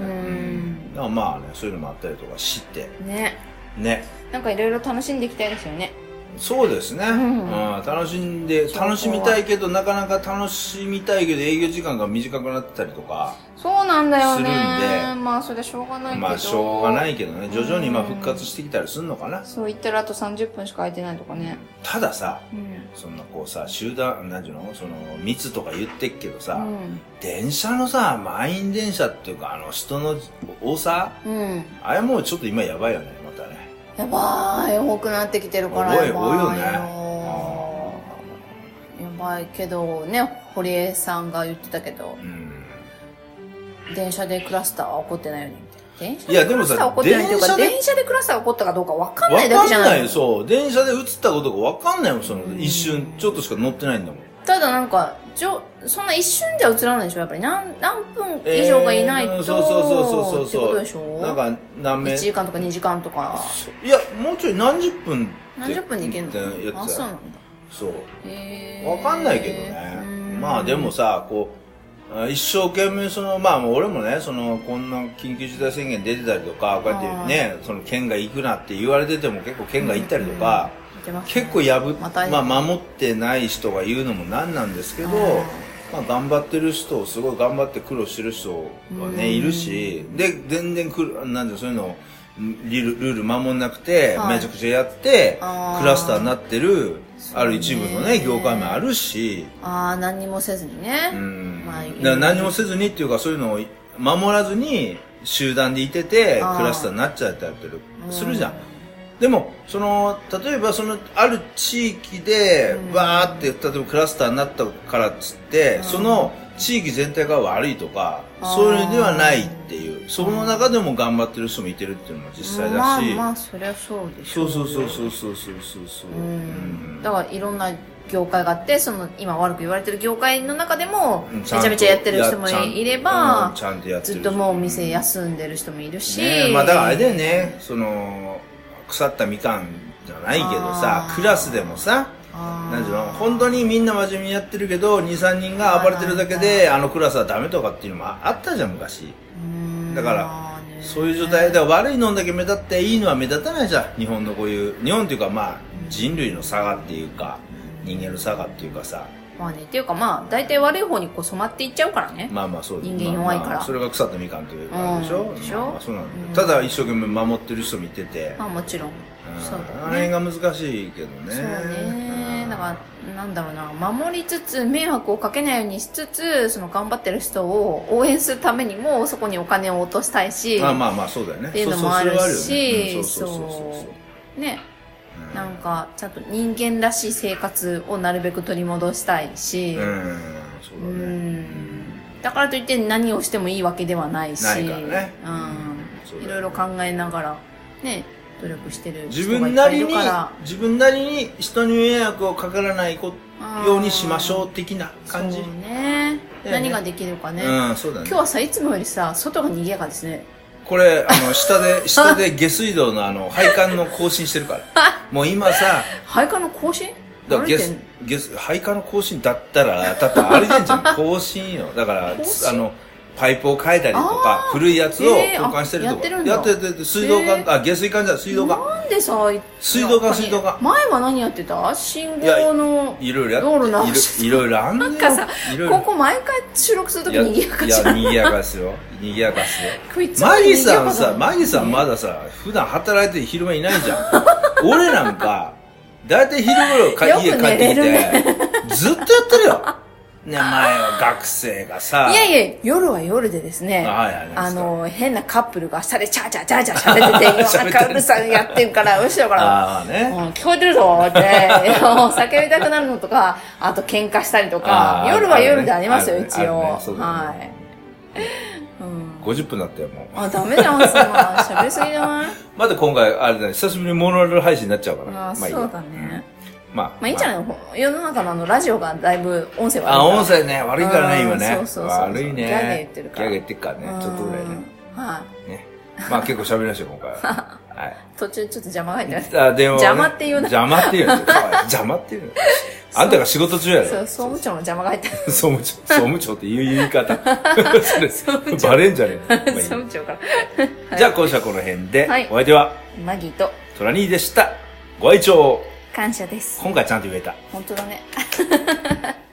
だからまあね、そういうのもあったりとか知って。 ね。 ね。 なんかいろいろ楽しんでいきたいですよね。 そうですね。うん、うん、楽しんで、楽しみたいけど、なかなか楽しみたいけど、営業時間が短くなってたりとか。 そうなんだよね。 するんで。 まあ、それはしょうがないけど。 まあ、しょうがないけどね。徐々にまあ復活してきたりするのかな。 そう言ったらあとさんじゅっぷんしか空いてないとかね。 たださ、うん、そんなこうさ、集団、なんていうのその、密とか言ってっけどさ、うん、電車のさ、満員電車っていうか、あの、人の多さ、うん、あれもうちょっと今やばいよね、またね。 やばい、多くなってきてるからやばいよ。 多いよね。 やばいけどね、堀江さんが言ってたけど、うん、電車でクラスターは起こってないよね。電車でクラスター起こってないっていうか、電車でクラスター起こったかどうか分かんないだけじゃない。 分かんないよ、そう。電車で映ったことが分かんないもん、その、一瞬、ちょっとしか乗ってないんだもん。 ただなんか、じょそんな一瞬では映らないでしょやっぱり何、何分以上がいないと、えー、そうそうそうそうそう。ってことでしょなんか、何名。 いちじかんとかにじかんとか。 いや、もうちょい何十分何十分で行けんの？あ、そうなんだ。 そう。わかんないけどね。まあでもさ、こう、一生懸命その、まあ俺もね、その、こんな緊急事態宣言出てたりとか、こうやってね、その県が行くなって言われてても結構県が行ったりとか、結構やぶ、まあ守ってない人が言うのもなんなんですけど、まあ頑張ってる人、すごい頑張って苦労してる人はね、いるし、で、全然くる、なんでそういうのを、ルール、ルール守んなくて、めちゃくちゃやって、クラスターになってる、ある一部のね、業界もあるし。 ああ、何にもせずにね。 うん。まあ、何にもせずにっていうか、そういうのを守らずに、集団でいてて、クラスターになっちゃったりするじゃん。でも、その、例えばその、ある地域で、わーって、例えばクラスターになったからっつって、その、地域全体が悪いとか、そういうのではないっていう、その中でも頑張ってる人もいてるっていうのも実際だし。 まあまあ、そりゃそうでしょう。 そうそうそうそうそうそうそう。うん。だからいろんな業界があって、その今悪く言われてる業界の中でも、めちゃめちゃやってる人もいれば、 ちゃんとやってる。 ずっともうお店休んでる人もいるし。 ね、まあだからあれだよね、その、腐ったみかんじゃないけどさ、クラスでもさ、なんていうの本当にみんな真面目にやってるけど、に、さんにんが暴れてるだけで、あのクラスはダメとかっていうのもあったじゃん、昔。だから、そういう状態で悪いのだけ目立っていいのは目立たないじゃん。日本のこういう、日本っていうかまあ、人類の差がっていうか、人間の差がっていうかさ。 まあね、っていうかまあ、大体悪い方にこう染まっていっちゃうからね。 まあまあそう人間弱いから。まあまあそれが腐ったみかんっていう感じでしょ、 うん、でしょ、 まあ、そうなんだ、うん、ただ一生懸命守ってる人見てて。 まあもちろん。 そうだね。あれが難しいけどね。 そうね。だから、なんだろうな、守りつつ、迷惑をかけないようにしつつ、その頑張ってる人を応援するためにも、そこにお金を落としたいし。 まあまあまあ、そうだよね。 っていうのもあるし、そう。ね。なんか、ちゃんと人間らしい生活をなるべく取り戻したいし。 うん、そうだね。うん。 だからといって何をしてもいいわけではないし。 ないからね。 うん。いろいろ考えながら、ね。努力してる人がいっぱいいるから、 自分なりに自分なりに人に迷惑をかからないようにしましょう的な感じ。 そうね。何ができるかね。 うん、そうだね。 今日はさ、いつもよりさ、外が賑やかですね。 これ、あの、下で、下で下水道のあの、配管の更新してるから。もう今さ、 配管の更新だから下下配管の更新だったら、だってあれじゃんじゃん、更新よ。だから、あの、パイプを変えたりとか、古いやつを交換してるとか。 やってるんだ。やってる、水道管、あ、下水管じゃ、水道管。 なんでさ、 水道管、水道管。 前は何やってた信号の、 いろいろや道路のいろいろあんのよ。 なんかさ、ここ毎回収録するときに賑やかじゃん。 いや、賑やかですよ。賑やかですよ。マギさんさ、マギさんまださ、普段働いて昼間いないじゃん。俺なんか、だいたい昼頃家帰ってきて、ずっとやってるよ。 ね、前は学生がさ。 いやいや、夜は夜でですね、 はいはい、 あの、変なカップルが下でチャーチャーチャーチャー喋ってて、夜中うるさいやってるから、後ろから、 あーね、 うん、聞こえてるぞって、叫びたくなるのとか、あと喧嘩したりとか、夜は夜でありますよ、ね、一応。ねね、はい。 うん、ごじゅっぷんだったよ、もう。 あ、ダメじゃん、そんな。喋りすぎじゃない？ まだ今回、あれだね、久しぶりにモノラル配信になっちゃうから。 あ、まあ、そうだね。 まあ、 まあいいんじゃないの、世の中のあの、ラジオがだいぶ音声悪いから。 あ、音声ね、悪いからね、今ね。 そうそうそう。 悪いね。 ギャー言ってるから。 ギャー言ってるからね、ちょっとぐらいね。 はい。 ね。まあ結構喋りましたよ、今回は。はい。 途中ちょっと邪魔が入ってます。 あ、電話。 邪魔って言うな。 邪魔って言うの。邪魔って言うの。あんたが仕事中やろ。 そう、総務長の邪魔が入ってる。 総務長、総務長っていう言い方。それ、バレんじゃねえの。 総務長から。 じゃあ今週はこの辺で、お相手は、 マギと、 トラニーでした。ご愛聴感謝です。 今回ちゃんと言えた。 本当だね。